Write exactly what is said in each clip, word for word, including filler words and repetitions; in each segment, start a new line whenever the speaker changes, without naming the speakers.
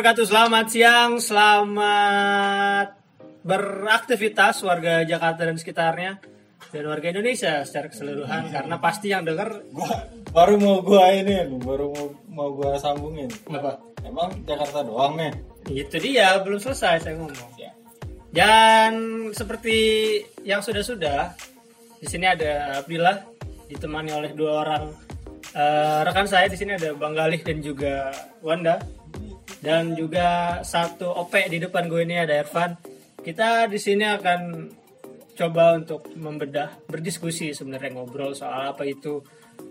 wabarakatuh. Selamat siang, selamat beraktivitas warga Jakarta dan sekitarnya dan warga Indonesia secara keseluruhan, karena pasti yang denger
gua baru mau gua ini, baru mau mau gua sambungin.
Apa?
Emang Jakarta doang nih?
Itu dia, belum selesai saya ngomong.
Ya.
Dan seperti yang sudah-sudah, di sini ada Abdillah ditemani oleh dua orang uh, rekan saya. Di sini ada Bang Galih dan juga Wanda. Dan juga satu O P di depan gue ini ada Irfan. Kita di sini akan coba untuk membedah, berdiskusi sebenarnya, ngobrol soal apa itu.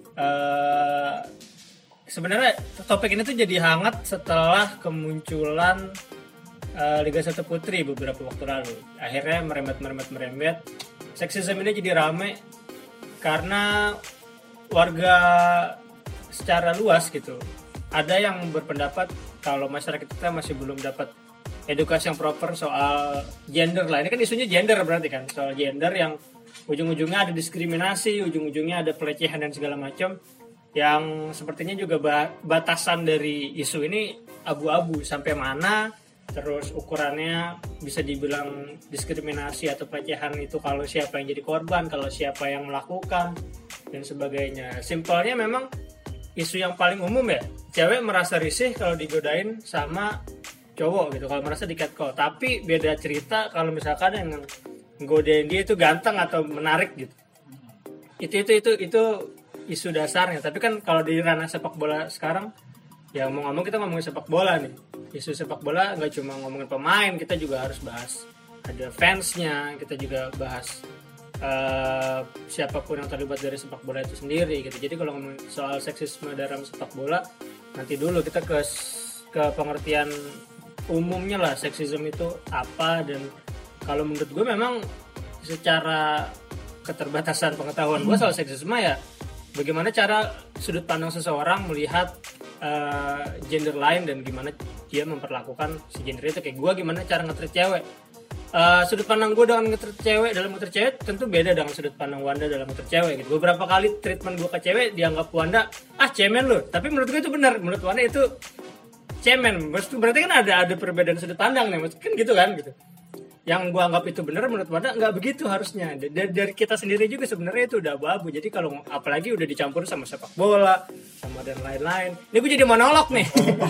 Uh, sebenarnya topik ini tuh jadi hangat setelah kemunculan uh, Liga satu Putri beberapa waktu lalu. Akhirnya merembet-merembet-merembet. Seksisme ini jadi rame karena warga secara luas gitu. Ada yang berpendapat kalau masyarakat kita masih belum dapat edukasi yang proper soal gender lah. Ini kan isunya gender berarti kan, soal gender yang ujung-ujungnya ada diskriminasi, ujung-ujungnya ada pelecehan dan segala macam, yang sepertinya juga batasan dari isu ini abu-abu sampai mana, terus ukurannya bisa dibilang diskriminasi atau pelecehan itu kalau siapa yang jadi korban, kalau siapa yang melakukan dan sebagainya. Simpelnya memang isu yang paling umum ya, cewek merasa risih kalau digodain sama cowok gitu, kalau merasa di catcall. Tapi beda cerita kalau misalkan yang nggodain dia itu ganteng atau menarik gitu. Itu itu itu itu isu dasarnya. Tapi kan kalau di ranah sepak bola sekarang, ya mau ngomong kita ngomongin sepak bola nih. Isu sepak bola nggak cuma ngomongin pemain, kita juga harus bahas ada fansnya, kita juga bahas uh, siapapun yang terlibat dari sepak bola itu sendiri gitu. Jadi kalau ngomongin soal seksisme dalam sepak bola, nanti dulu kita ke ke pengertian umumnya lah, seksisme itu apa. Dan kalau menurut gue memang secara keterbatasan pengetahuan gue soal seksisme ya, bagaimana cara sudut pandang seseorang melihat uh, gender lain dan gimana dia memperlakukan si gender itu. Kayak gue gimana cara nge-treat cewek, uh, sudut pandang gue dengan nge-treat cewek dalam nge-treat cewek tentu beda dengan sudut pandang Wanda dalam nge-treat cewek gitu. Beberapa kali treatment gue ke cewek dianggap Wanda ah cemen lo, tapi menurut gue itu benar, menurut Wanda itu cemen. Berarti kan ada ada perbedaan sudut pandang nih, kan gitu kan gitu. Yang gua anggap itu benar, menurut Wanda nggak begitu harusnya. Dari, dari kita sendiri juga sebenarnya itu udah abu-abu. Jadi kalau apalagi udah dicampur sama sepak bola, sama dan lain-lain. Ini gue jadi monolog nih.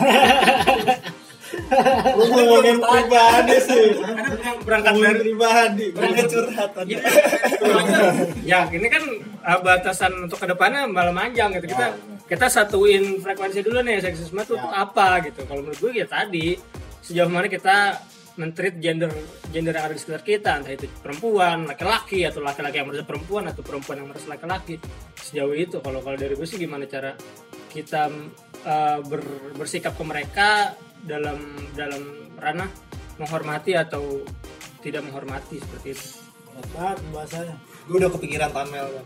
Lu ngomongin pribadi sih.
Berangkat dari
pribadi, berangkat curhatan.
Ya, ini kan batasan untuk kedepannya malah panjang gitu. Kita kita satuin frekuensi dulu nih, seksisme itu ya. Apa gitu. Kalau menurut gue ya tadi, sejauh mana kita men-treat gender gender yang ada di sekitar kita, entah itu perempuan, laki-laki, atau laki-laki yang merasa perempuan, atau perempuan yang merasa laki-laki. Sejauh itu kalau kalau dari gue sih gimana cara kita uh, ber, bersikap ke mereka dalam dalam ranah menghormati atau tidak menghormati, seperti itu.
Berat bahasanya.
Gue udah kepikiran Tamel kan.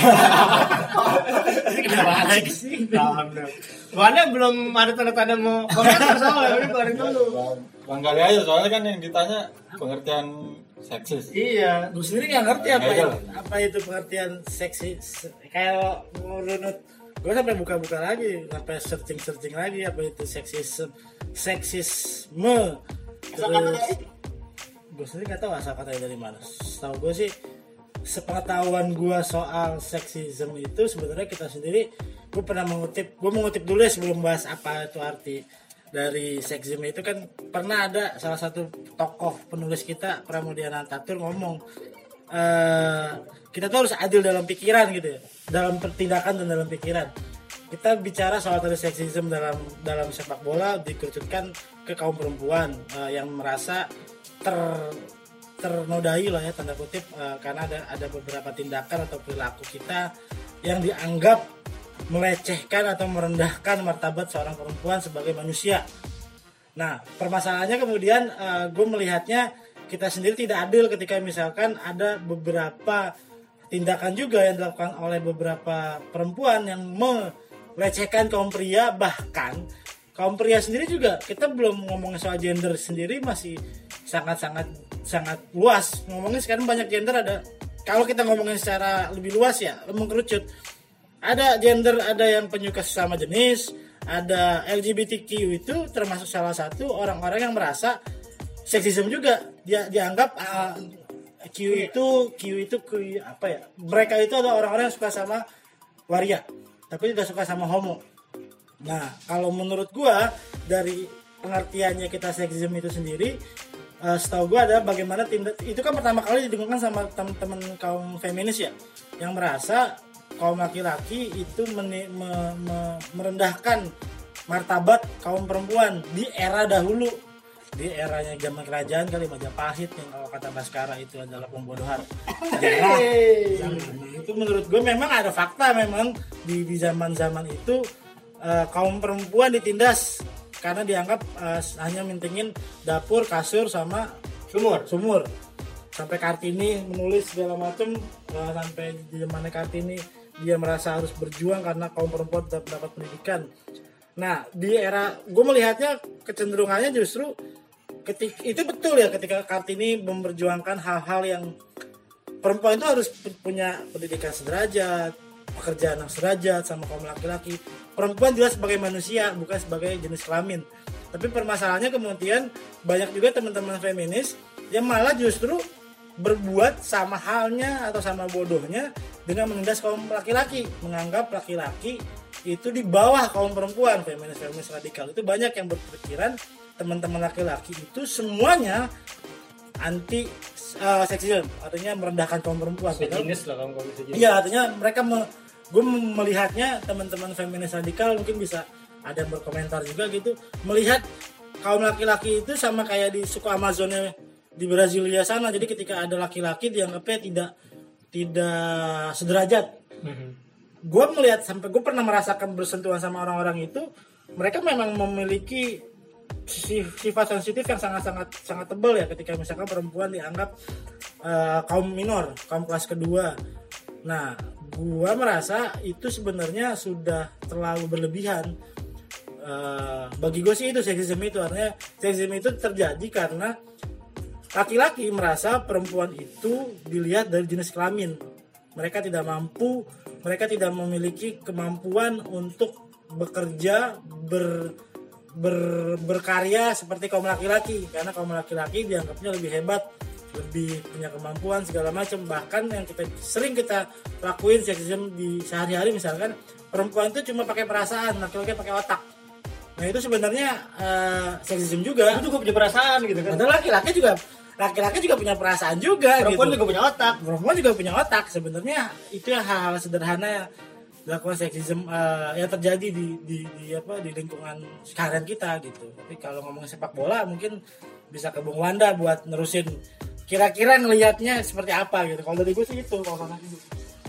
Kenapa sih? Tamel. Wanda belum ada tanda-tanda mau komentar soalnya, udah keluarin dulu.
Bang Gali aja, soalnya kan yang ditanya pengertian seksis.
Iya,
Gue sendiri nggak ngerti apa
Ya,
itu,
lah.
apa itu pengertian seksis. Kayak menurut gue sampai buka-buka lagi, sampai searching-searching lagi apa itu seksisme, seksisme. Terus gue sendiri nggak tahu asal katanya dari mana. Setahu gue sih, sepengetahuan gue soal seksisme itu sebenarnya kita sendiri, gue pernah mengutip, gue mengutip dulu ya sebelum bahas apa itu arti dari seksisme itu. Kan pernah ada salah satu tokoh penulis kita, Pramudia Anantatur, ngomong uh, kita tuh harus adil dalam pikiran gitu ya, dalam pertindakan dan dalam pikiran. Kita bicara soal tadi seksisme dalam dalam sepak bola dikerucutkan ke kaum perempuan uh, yang merasa ter ternodai lah ya, tanda kutip, uh, karena ada ada beberapa tindakan atau perilaku kita yang dianggap melecehkan atau merendahkan martabat seorang perempuan sebagai manusia. Nah, permasalahannya kemudian uh, gue melihatnya kita sendiri tidak adil ketika misalkan ada beberapa tindakan juga yang dilakukan oleh beberapa perempuan yang melecehkan kaum pria. Bahkan kaum pria sendiri juga, kita belum ngomongin soal gender sendiri, masih sangat-sangat sangat luas. Ngomongin sekarang banyak gender ada. Kalau kita ngomongin secara lebih luas ya, mengkerucut. Ada gender, ada yang penyuka sesama jenis, ada L G B T Q itu termasuk salah satu orang-orang yang merasa seksisme juga. Dia dianggap uh, Q itu Q itu Q, apa ya? Mereka itu adalah orang-orang yang suka sama waria, tapi tidak suka sama homo. Nah, kalau menurut gua dari pengertiannya kita seksisme itu sendiri, uh, setahu gua adalah bagaimana tindak itu kan pertama kali didengungkan sama teman-teman kaum feminis ya, yang merasa kaum laki-laki itu meni, me, me, merendahkan martabat kaum perempuan di era dahulu, di eranya zaman kerajaan kali Majapahit yang kalau kata Baskara itu adalah pembodohan. Sejarah. Itu menurut gue memang ada fakta memang di di zaman-zaman itu uh, kaum perempuan ditindas karena dianggap uh, hanya mentingin dapur, kasur sama
Sumur.
Sumur. Sampai Kartini menulis segala macam, uh, sampai di zamannya Kartini dia merasa harus berjuang karena kaum perempuan tetap dapat pendidikan. Nah, di era gue melihatnya kecenderungannya justru ketika itu betul ya, ketika Kartini memperjuangkan hal-hal yang perempuan itu harus punya pendidikan sederajat, pekerjaan yang sederajat sama kaum laki-laki. Perempuan jelas sebagai manusia, bukan sebagai jenis kelamin. Tapi permasalahannya kemudian banyak juga teman-teman feminis yang malah justru berbuat sama halnya atau sama bodohnya dengan menindas kaum laki-laki, menganggap laki-laki itu di bawah kaum perempuan. Feminis-feminis radikal itu banyak yang berpikiran teman-teman laki-laki itu semuanya anti uh, seksisme, artinya merendahkan kaum perempuan.
Feminis lah kaum feminis.
Iya, artinya mereka me, gue melihatnya teman-teman feminis radikal mungkin bisa ada yang berkomentar juga gitu, melihat kaum laki-laki itu sama kayak di suku Amazonnya di Brasilia sana. Jadi ketika ada laki-laki dianggapnya tidak tidak sederajat. Mm-hmm. Gue melihat sampai gue pernah merasakan bersentuhan sama orang-orang itu, mereka memang memiliki sifat sensitif yang sangat-sangat sangat tebal ya ketika misalkan perempuan dianggap uh, kaum minor, kaum kelas kedua. Nah, gue merasa itu sebenarnya sudah terlalu berlebihan. Uh, bagi gue sih itu seksisme itu, artinya seksisme itu terjadi karena laki-laki merasa perempuan itu dilihat dari jenis kelamin. Mereka tidak mampu, mereka tidak memiliki kemampuan untuk bekerja, ber, ber, berkarya seperti kaum laki-laki. Karena kaum laki-laki dianggapnya lebih hebat, lebih punya kemampuan segala macam. Bahkan yang kita sering kita lakuin seksisme di sehari-hari, misalkan perempuan itu cuma pakai perasaan, laki-laki pakai otak. Nah itu sebenarnya uh, seksisme juga.
Itu juga punya perasaan gitu kan.
Padahal laki-laki juga laki-laki juga punya perasaan juga,
perempuan
gitu.
juga punya otak.
Perempuan juga punya otak. Sebenarnya itu hal-hal sederhana yang dilakukan seksisme uh, yang terjadi di, di di apa di lingkungan sekarang kita gitu. Tapi kalau ngomongin sepak bola mungkin bisa ke Bung Wanda buat nerusin kira-kira ngelihatnya seperti apa gitu. Kalau dari gue sih itu kalau sana itu.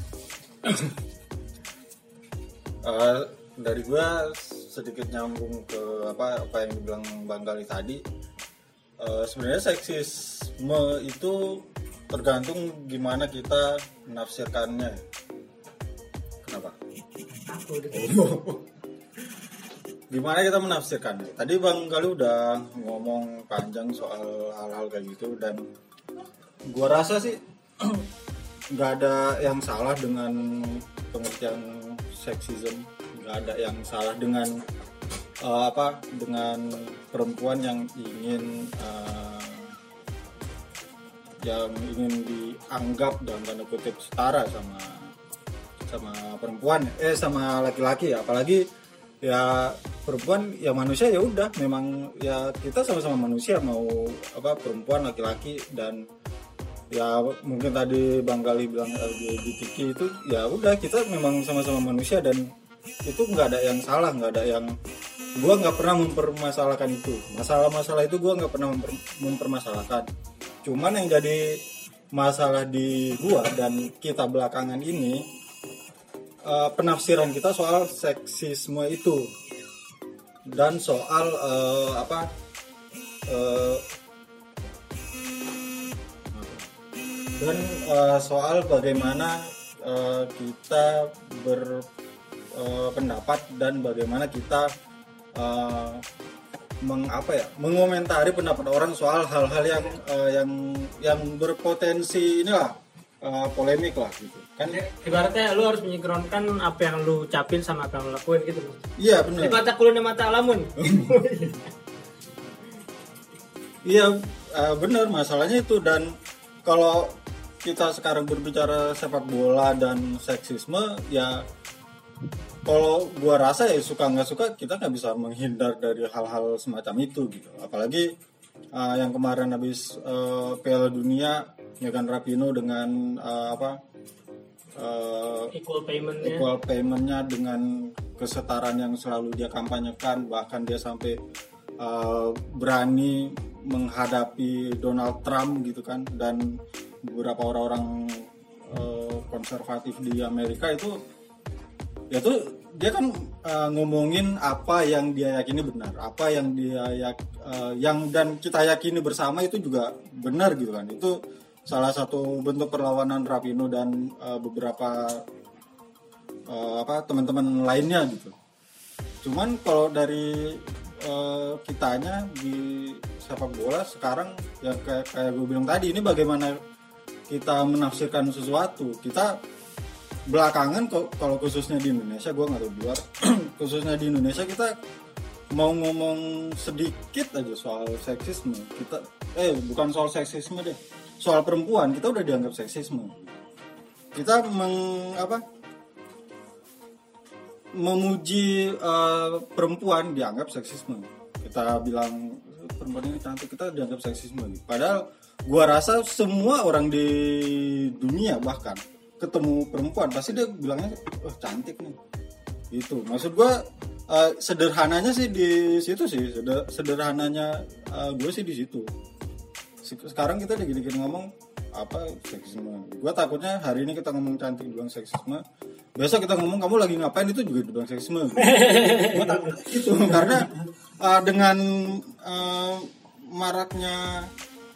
Uh, dari gue sedikit nyambung ke apa apa yang dibilang Bang Gali tadi. Uh, sebenarnya seksisme itu tergantung gimana kita menafsirkannya. Kenapa? Oh. Gimana kita menafsirkannya? Tadi Bang Gali udah ngomong panjang soal hal-hal kayak gitu, dan gua rasa sih nggak ada yang salah dengan pengertian seksisme, nggak ada yang salah dengan uh, apa dengan perempuan yang ingin uh, yang ingin dianggap dalam tanda kutip setara sama sama perempuan eh sama laki-laki, apalagi ya perempuan ya manusia, ya udah memang ya kita sama-sama manusia, mau apa perempuan laki-laki. Dan ya mungkin tadi Bang Gali bilang L G B T Q itu ya udah kita memang sama-sama manusia, dan itu nggak ada yang salah, nggak ada yang gue nggak pernah mempermasalahkan itu. Masalah-masalah itu gue nggak pernah memper, mempermasalahkan. Cuman yang jadi masalah di gue dan kita belakangan ini uh, penafsiran kita soal seksisme itu, dan soal uh, apa uh, dan uh, soal bagaimana uh, kita berpendapat uh, dan bagaimana kita Uh, mengapa ya mengomentari pendapat orang soal hal-hal yang uh, yang yang berpotensi inilah uh, polemik lah gitu kan.
Ibaratnya lu harus menyinkronkan apa yang lu ucapin sama apa yang lu lakuin gitu.
Iya benar.
Di mata kulun dan mata alamun.
Iya uh, benar, masalahnya itu. Dan kalau kita sekarang berbicara sepak bola dan seksisme, ya kalau gua rasa ya suka nggak suka kita nggak bisa menghindar dari hal-hal semacam itu gitu. Apalagi uh, yang kemarin habis uh, Piala Dunia ya kan, Rapinoe dengan uh, apa uh,
Equal payment-nya.
equal payment-nya dengan kesetaraan yang selalu dia kampanyekan, bahkan dia sampai uh, berani menghadapi Donald Trump gitu kan, dan beberapa orang-orang uh, konservatif di Amerika itu. Ya tuh dia kan uh, ngomongin apa yang dia yakini benar, apa yang dia yak, uh, yang dan kita yakini bersama itu juga benar gitu kan. Itu salah satu bentuk perlawanan Rapinoe dan uh, beberapa uh, apa teman-teman lainnya gitu. Cuman kalau dari uh, kitanya di sepak bola sekarang ya kayak kayak gue bilang tadi, ini bagaimana kita menafsirkan sesuatu. Kita belakangan kalau khususnya di Indonesia, gue nggak tahu di luar, khususnya di Indonesia kita mau ngomong sedikit aja soal seksisme, kita eh bukan soal seksisme deh, soal perempuan kita udah dianggap seksisme. Kita meng apa memuji uh, perempuan dianggap seksisme. Kita bilang perempuan ini cantik, kita dianggap seksisme. Padahal gue rasa semua orang di dunia bahkan ketemu perempuan pasti dia bilangnya wah oh, cantik nih gitu. Maksud gue uh, sederhananya sih di situ sih, Seder- sederhananya uh, gue sih di situ. Sekarang kita dikit-dikit ngomong apa seksisme, gue takutnya hari ini kita ngomong cantik dibilang seksisme, besok kita ngomong kamu lagi ngapain itu juga dibilang seksisme. Gue takut itu karena uh, dengan uh, maraknya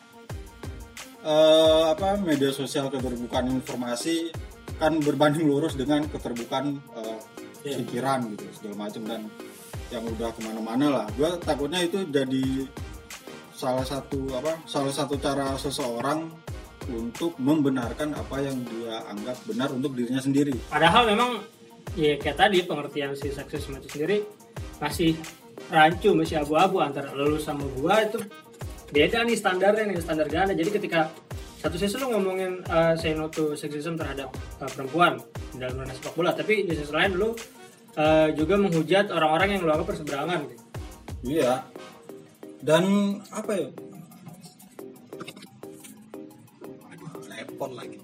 Uh, apa media sosial, keterbukaan informasi kan berbanding lurus dengan keterbukaan uh, yeah. pikiran gitu segala macam, dan yang udah kemana-mana lah. Gue takutnya itu jadi salah satu apa salah satu cara seseorang untuk membenarkan apa yang dia anggap benar untuk dirinya sendiri.
Padahal memang ya kayak tadi pengertian si seksisme itu sendiri masih rancu, masih abu-abu antara lu sama gua. Itu beda nih standarnya nih, standar ganda. Jadi ketika satu sisi lu ngomongin uh, say no to sexism terhadap uh, perempuan dalam ranah sepak bola, tapi di sisi lain lu uh, juga menghujat orang-orang yang lu anggap berseberangan gitu.
Iya. Dan apa ya? Telepon lagi.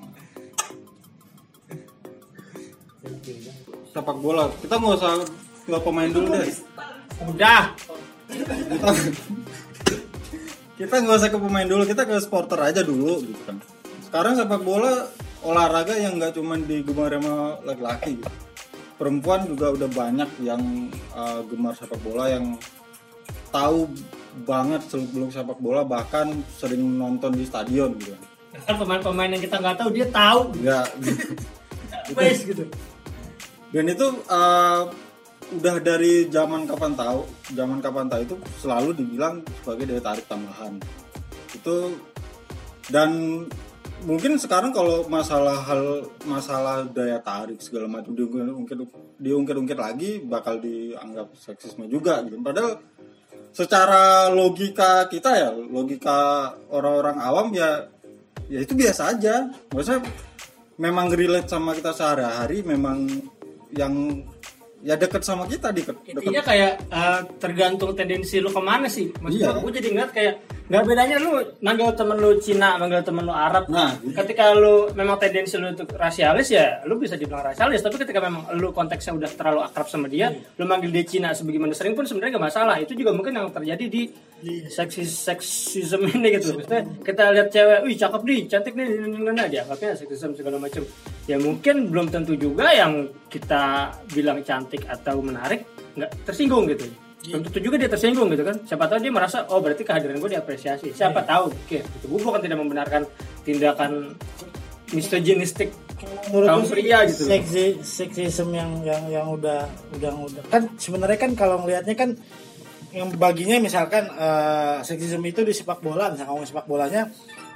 Sepak bola. Kita nggak usah ke pemain dulu deh.
Udah.
Kita kita nggak usah ke pemain dulu, kita ke supporter aja dulu gitu kan. Sekarang sepak bola olahraga yang nggak cuma digemari sama laki-laki gitu. Perempuan juga udah banyak yang uh, gemar sepak bola, yang tahu banget seluk-beluk sepak bola, bahkan sering nonton di stadion gitu.
Kan pemain-pemain yang kita nggak tahu dia tahu.
Ya.
Base gitu.
Dan itu uh, udah dari zaman kapan tahu, zaman kapan tahu itu selalu dibilang sebagai daya tarik tambahan. Itu dan mungkin sekarang kalau masalah hal masalah daya tarik segala macam diungkit diungkit-ungkit lagi bakal dianggap seksisme juga gitu. Padahal secara logika kita ya, logika orang-orang awam ya ya itu biasa aja. Maksudnya memang relate sama kita sehari-hari, memang yang ya deket sama kita, deket.
Intinya kayak uh, tergantung tendensi lu kemana sih. Maksudnya
iya.
Gue jadi ngeliat kayak nggak bedanya lu manggil temen lu Cina, manggil temen lu Arab.
Nah,
ketika lu memang tendensi lu untuk rasialis ya lu bisa dibilang rasialis. Tapi ketika memang lu konteksnya udah terlalu akrab sama dia, hmm. lu manggil dia Cina sebagaimana sering pun sebenarnya nggak masalah. Itu juga mungkin yang terjadi di seksis seksisme ini gitu. Maksudnya kita lihat cewek, wih cakep nih, cantik nih, nana dia anggapnya seksisme segala macam. Ya mungkin belum tentu juga yang kita bilang cantik atau menarik nggak tersinggung gitu. Belum tentu juga dia tersinggung gitu kan. Siapa tahu dia merasa oh berarti kehadiran gue diapresiasi. Siapa yeah. tahu. Oke, gitu. Gue bukan tidak membenarkan tindakan misoginistik kaum pria gitu.
Seksi seksisme yang yang yang udah udah udah kan sebenarnya kan kalau ngelihatnya kan yang baginya misalkan uh, seksisme itu di sepak bola, misalkan ngomong sepak bolanya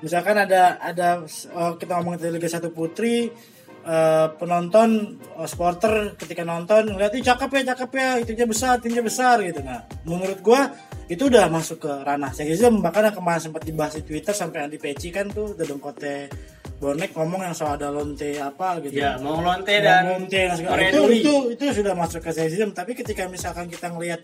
misalkan ada ada oh, kita ngomongin Liga satu Putri, uh, penonton uh, supporter ketika nonton ngeliat ih cakep ya cakep ya itunya besar timnya besar gitu. Nah menurut gua itu udah masuk ke ranah seksisme, bahkan yang kemarin sempat dibahas di Twitter sampai Andi Peci kan tuh Dedengkote Bonek ngomong yang soal ada lonte apa gitu
ya mau lonte dan
lonte dan segala itu, itu itu sudah masuk ke seksisme. Tapi ketika misalkan kita ngelihat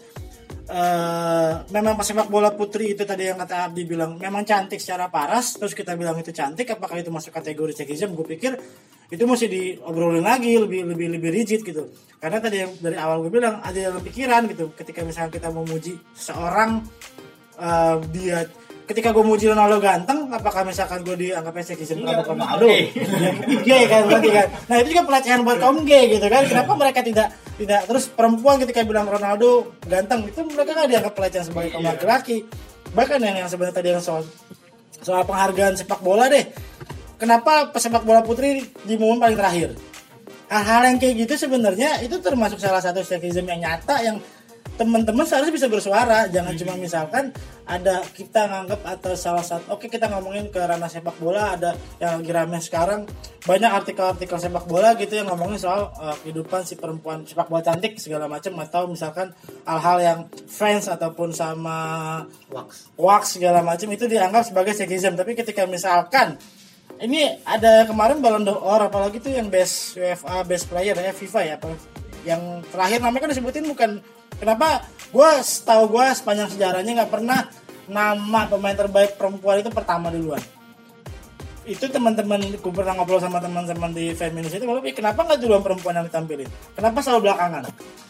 uh, memang pesepak bola putri itu tadi yang kata Abdi bilang memang cantik secara paras, terus kita bilang itu cantik, apakah itu masuk kategori seksisme? Gue pikir itu mesti diobrolin lagi lebih lebih lebih rigid gitu, karena tadi yang dari awal gue bilang ada dalam pikiran gitu. Ketika misalnya kita memuji seseorang uh, dia ketika gue muji Ronaldo ganteng, apakah misalkan gue dianggapnya seksisme atau Ronaldo? Gay kan berarti kan. Nah itu juga pelecehan buat kaum gay gitu kan. Kenapa mereka tidak tidak terus perempuan ketika bilang Ronaldo ganteng itu mereka nggak dianggap pelecehan sebagai kaum laki-laki. Bahkan yang yang sebenarnya tadi yang soal soal penghargaan sepak bola deh. Kenapa pesepak bola putri diumumin paling terakhir? Hal-hal yang kayak gitu sebenarnya itu termasuk salah satu seksisme yang nyata yang teman-teman seharusnya bisa bersuara. Jangan cuma misalkan ada kita nganggap atau salah satu oke kita ngomongin ke ranah sepak bola, ada yang lagi rame sekarang banyak artikel-artikel sepak bola gitu yang ngomongin soal uh, kehidupan si perempuan sepak bola cantik segala macam, atau misalkan hal-hal yang fans ataupun sama wax wax segala macam itu dianggap sebagai seksisme. Tapi ketika misalkan ini ada kemarin Ballon d'Or apalagi tuh yang best UEFA best player ya FIFA ya apa yang terakhir namanya kan disebutin bukan. Kenapa gue setahu gue sepanjang sejarahnya nggak pernah nama pemain terbaik perempuan itu pertama duluan. Itu teman-teman gue pernah ngobrol sama teman-teman di feminis itu, kenapa nggak duluan perempuan yang ditampilin? Kenapa selalu belakangan?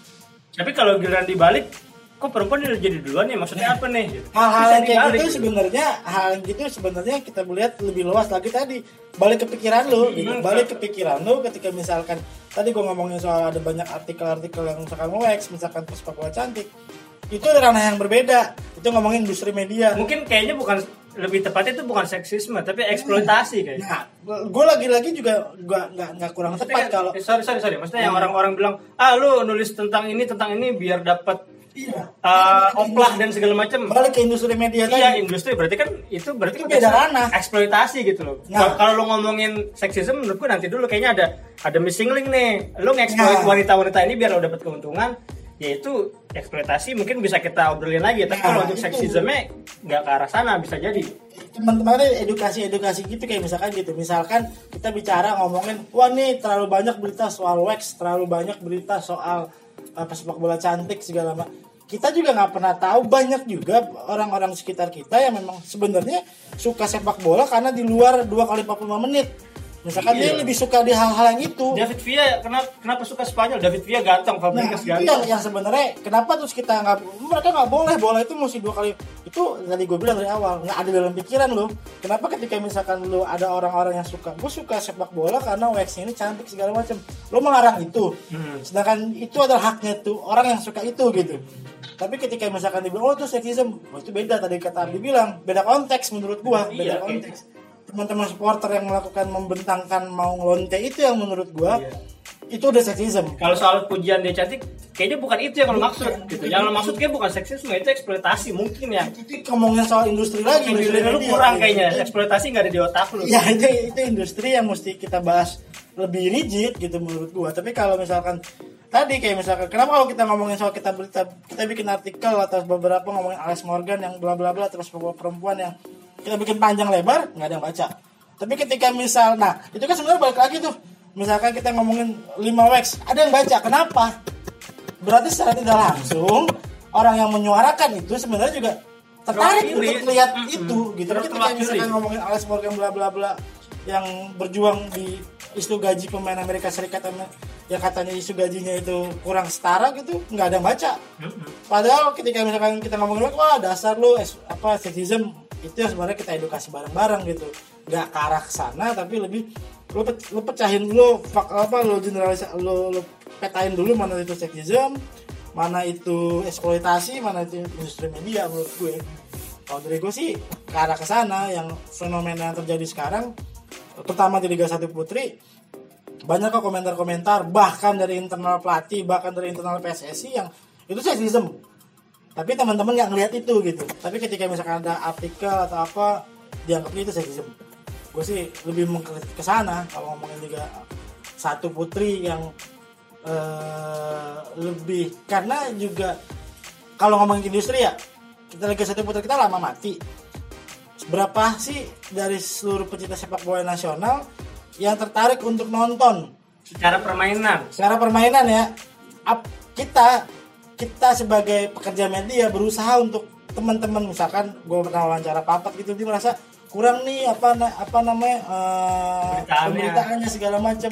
Tapi kalau giliran dibalik, kok perempuan udah jadi duluan ya? Maksudnya apa nih?
Hal-hal yang kayak gitu sebenarnya, hal yang gitu sebenarnya kita melihat lebih luas lagi tadi. Balik ke pikiran lo, gitu. Balik ke pikiran lo ketika misalkan tadi gue ngomongin soal ada banyak artikel-artikel yang misalkan wax, misalkan sepak bola cantik, itu ada ranah yang berbeda. Itu ngomongin industri media.
Mungkin kayaknya bukan lebih tepatnya itu bukan seksisme tapi eksploitasi kayaknya.
Nah, gue lagi-lagi juga gua nggak nggak kurang
maksudnya
tepat
kan,
kalau.
Eh, sorry sorry sorry. Maksudnya hmm. yang orang-orang bilang ah lu nulis tentang ini tentang ini biar dapat Iya, uh, oplah dan segala macam.
Balik ke industri media tadi.
Iya, industri berarti kan itu berarti
itu beda ranah.
Eksploitasi gitu loh. Nah. Kalau lo ngomongin seksisme menurutku nanti dulu kayaknya ada ada missing link nih. Lo ngeksploit nah. wanita-wanita ini biar lo dapat keuntungan, yaitu eksploitasi mungkin bisa kita obrolin lagi. Tapi nah, kalau untuk seksisme nggak ke arah sana bisa jadi.
Teman-teman edukasi-edukasi gitu kayak misalkan gitu. Misalkan kita bicara ngomongin, wah nih terlalu banyak berita soal wax, terlalu banyak berita soal apa sepak bola cantik segala macam. Kita juga nggak pernah tahu banyak juga orang-orang sekitar kita yang memang sebenarnya suka sepak bola karena di luar dua kali empat puluh lima menit. Misalkan iya. dia lebih suka di hal-hal yang itu.
David Villa kenapa kenapa suka Spanyol? David Villa ganteng, Fabregas
nah,
ganteng.
Yang, yang sebenarnya kenapa terus kita nggak mereka nggak boleh bola itu mesti dua kali. Itu tadi gue bilang dari awal nggak ada dalam pikiran lo. Kenapa ketika misalkan lo ada orang-orang yang suka, gue suka sepak bola karena waxnya ini cantik segala macam. Lo melarang itu. Hmm. Sedangkan itu adalah haknya tuh orang yang suka itu gitu. Tapi ketika misalkan dibilang oh itu seksisme, oh, itu beda tadi kata Abdi bilang beda konteks menurut gua, beda iya, konteks. Iya. Teman-teman supporter yang melakukan membentangkan mau ngelonte itu yang menurut gua iya. itu udah seksisme.
Kalau soal pujian dia cantik, kayaknya bukan itu yang lo maksud. Gitu. Yang lo maksud kayak bukan seksisme, itu eksploitasi mungkin ya.
Itu ngomongin soal industri lagi.
Industri lu kurang kayaknya, eksploitasi nggak ada di otak lu.
Ya itu itu industri yang mesti kita bahas lebih rigid gitu menurut gua. Tapi kalau misalkan tadi kayak misalkan kenapa kalau kita ngomongin soal kita berita kita bikin artikel atau beberapa ngomongin Alex Morgan yang bla bla bla terus beberapa perempuan yang kita bikin panjang lebar nggak ada yang baca. Tapi ketika misal nah itu kan sebenarnya balik lagi tuh misalkan kita ngomongin lima wax ada yang baca, kenapa? Berarti secara tidak langsung orang yang menyuarakan itu sebenarnya juga tertarik untuk lihat mm-hmm. itu gitu. Ketika misalkan ngomongin Alex Morgan bla bla bla yang berjuang di isu gaji pemain Amerika Serikat yang katanya isu gajinya itu kurang setara gitu nggak ada yang baca. Padahal ketika misalkan kita ngomongin wah dasar lu apa seksisme itu yang sebenarnya kita edukasi bareng-bareng gitu, nggak ke arah sana tapi lebih lu, pe, lu pecahin dulu apa lu generalis lu, lu petain dulu mana itu seksisme, mana itu eksploitasi, mana itu industri media menurut gue. Kalau dari gue sih ke arah ke sana yang fenomena yang terjadi sekarang terutama di Liga satu Putri banyak kok komentar-komentar bahkan dari internal pelatih bahkan dari internal P S S I yang itu seksisme tapi teman-teman nggak ngelihat itu gitu. Tapi ketika misalkan ada artikel atau apa dianggapnya itu seksisme. Gue sih lebih mengkritik ke sana kalau ngomongin juga satu putri yang uh, lebih, karena juga kalau ngomongin industri ya, kita lagi satu putri kita lama mati. Berapa sih dari seluruh pecinta sepak bola nasional yang tertarik untuk nonton
secara permainan?
Secara permainan ya, Ap, kita kita sebagai pekerja media berusaha untuk teman-teman, misalkan gue pernah wawancara Papat gitu, dia merasa kurang nih apa apa namanya uh, pemberitaannya segala macam.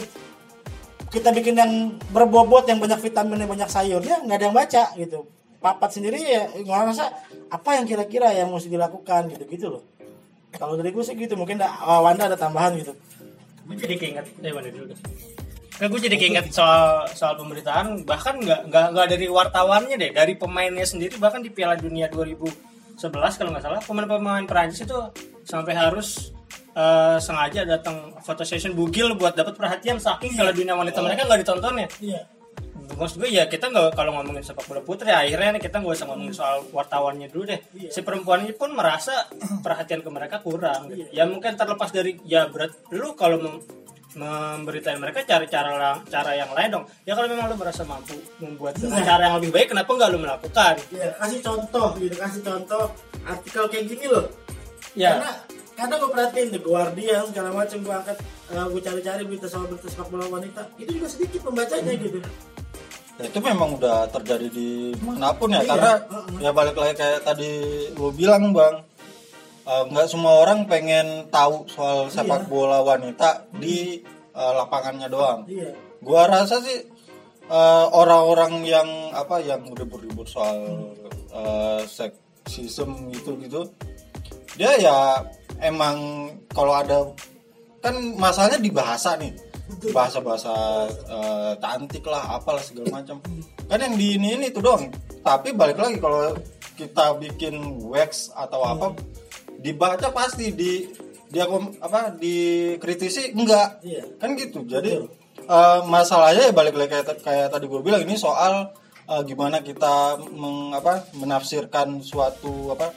Kita bikin yang berbobot, yang banyak vitamin, yang banyak sayurnya, nggak ada yang baca gitu. Papat sendiri ya ngerasa apa yang kira-kira yang mesti dilakukan gitu-gitu loh. Kalau dari gue sih gitu, mungkin uh, Wanda ada tambahan gitu.
Gue jadi keinget, eh Wanda dulu deh. Nah, gue jadi keinget soal soal pemberitaan, bahkan nggak nggak nggak dari wartawannya deh, dari pemainnya sendiri. Bahkan di Piala Dunia dua ribu sebelas kalau nggak salah, pemain-pemain Perancis itu sampai harus uh, sengaja datang photo session bugil buat dapat perhatian, saking Piala Dunia wanita mereka nggak ditontonnya.
Iya.
Maksud gue ya kita nggak, kalau ngomongin sepak bola putri akhirnya nih kita nggak usah ngomongin soal wartawannya dulu deh. Iya. Si perempuannya pun merasa perhatian ke mereka kurang. Gitu. Ya mungkin terlepas dari ya berat lu kalau mem- memberitain mereka cari cara cara yang lain dong. Ya kalau memang lu merasa mampu membuat nah. cara yang lebih baik, kenapa nggak lu melakukan?
Ya kasih contoh gitu, kasih contoh artikel kayak gini loh.
Ya.
Karena kadang gue perhatiin The Guardian segala macam, gue angkat, uh, gue cari-cari berita soal berita sepak bola wanita, itu juga sedikit pembacanya hmm. gitu.
Ya, itu memang udah terjadi di manapun ya,
iya.
karena uh-huh. ya balik lagi kayak tadi lu bilang Bang, nggak uh, semua orang pengen tahu soal sepak iya. bola wanita di uh, lapangannya doang.
Iya.
Gua rasa sih uh, orang-orang yang apa yang udah beribut soal uh, seksisme gitu-gitu, dia ya emang kalau ada kan masalahnya di bahasa nih. bahasa-bahasa uh, cantik lah apalah segala macam kan yang di ini ini itu doang. Tapi balik lagi kalau kita bikin wax atau apa dibaca pasti di dia apa dikritisi enggak iya. kan gitu. Jadi uh, masalahnya ya balik lagi kayak, kayak tadi gue bilang, ini soal uh, gimana kita meng, apa, menafsirkan suatu apa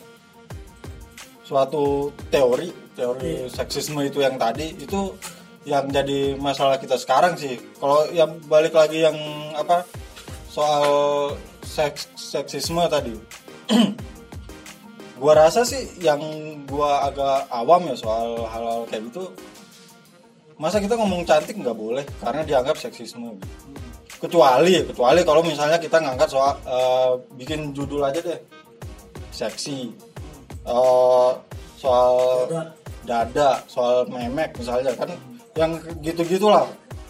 suatu teori teori iya. seksisme itu yang tadi itu yang jadi masalah kita sekarang sih. Kalau yang balik lagi yang apa soal seks seksisme tadi, gua rasa sih yang gua agak awam ya soal hal-hal kayak gitu. Masa kita ngomong cantik nggak boleh karena dianggap seksisme? Kecuali kecuali kalau misalnya kita ngangkat soal uh, bikin judul aja deh, seksi, uh, soal dada, soal memek misalnya kan. Yang gitu-gitulah.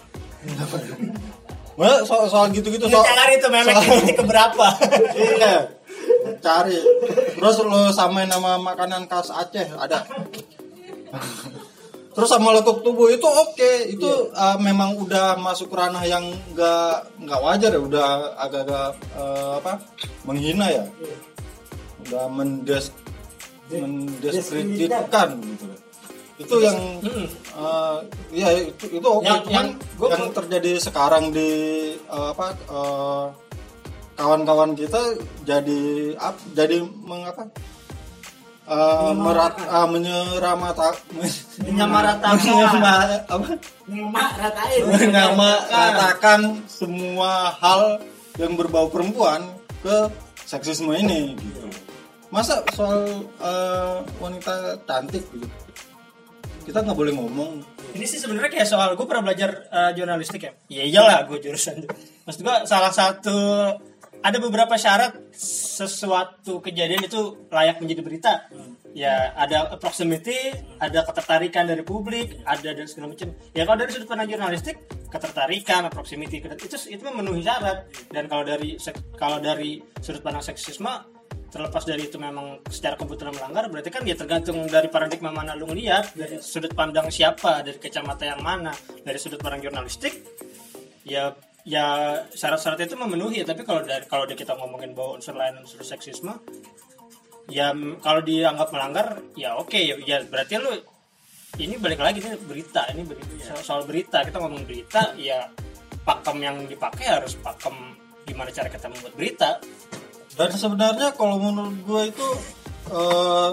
Nah, soal, soal gitu-gitu soal
cari itu memek titik keberapa.
Iya. Cari. Terus lo samain nama makanan khas Aceh ada. Terus sama lekuk tubuh itu oke, okay. Itu yeah. uh, memang udah masuk ranah yang enggak enggak wajar ya, udah agak-agak uh, apa? menghina ya. Yeah. Udah mendes mendeskreditkan gitu. Itu yang uh, ya itu itu oke, okay. Cuman yang, yang terjadi sekarang di uh, apa uh, kawan-kawan kita jadi up, jadi mengapa uh, merat uh, menyeramata
menyamaratakan
apa
menyamaratakan
menyamaratakan semua hal yang berbau perempuan ke seksisme ini gitu. Masa soal uh, wanita cantik gitu kita nggak boleh ngomong.
Ini sih sebenarnya kayak soal gue pernah belajar uh, jurnalistik ya. Iya iyalah gue jurusan. Maksud gue salah satu ada beberapa syarat sesuatu kejadian itu layak menjadi berita. Ya ada proximity, ada ketertarikan dari publik, ada dan segala macam. Ya kalau dari sudut pandang jurnalistik, ketertarikan, proximity itu itu memenuhi syarat. Dan kalau dari kalau dari sudut pandang seksisme, terlepas dari itu memang secara kebetulan melanggar, berarti kan dia tergantung dari paradigma mana lu ngeliat, dari sudut pandang siapa, dari kacamata yang mana. Dari sudut pandang jurnalistik ya ya syarat-syarat itu memenuhi. Tapi kalau dari kalau kita ngomongin bahwa unsur lain unsur seksisme, ya kalau dianggap melanggar ya oke okay, ya, ya berarti lu ini balik lagi ini berita, ini berita soal, soal berita, kita ngomong berita ya pakem yang dipakai harus pakem gimana cara kita membuat berita.
Dan sebenarnya kalau menurut gue itu uh,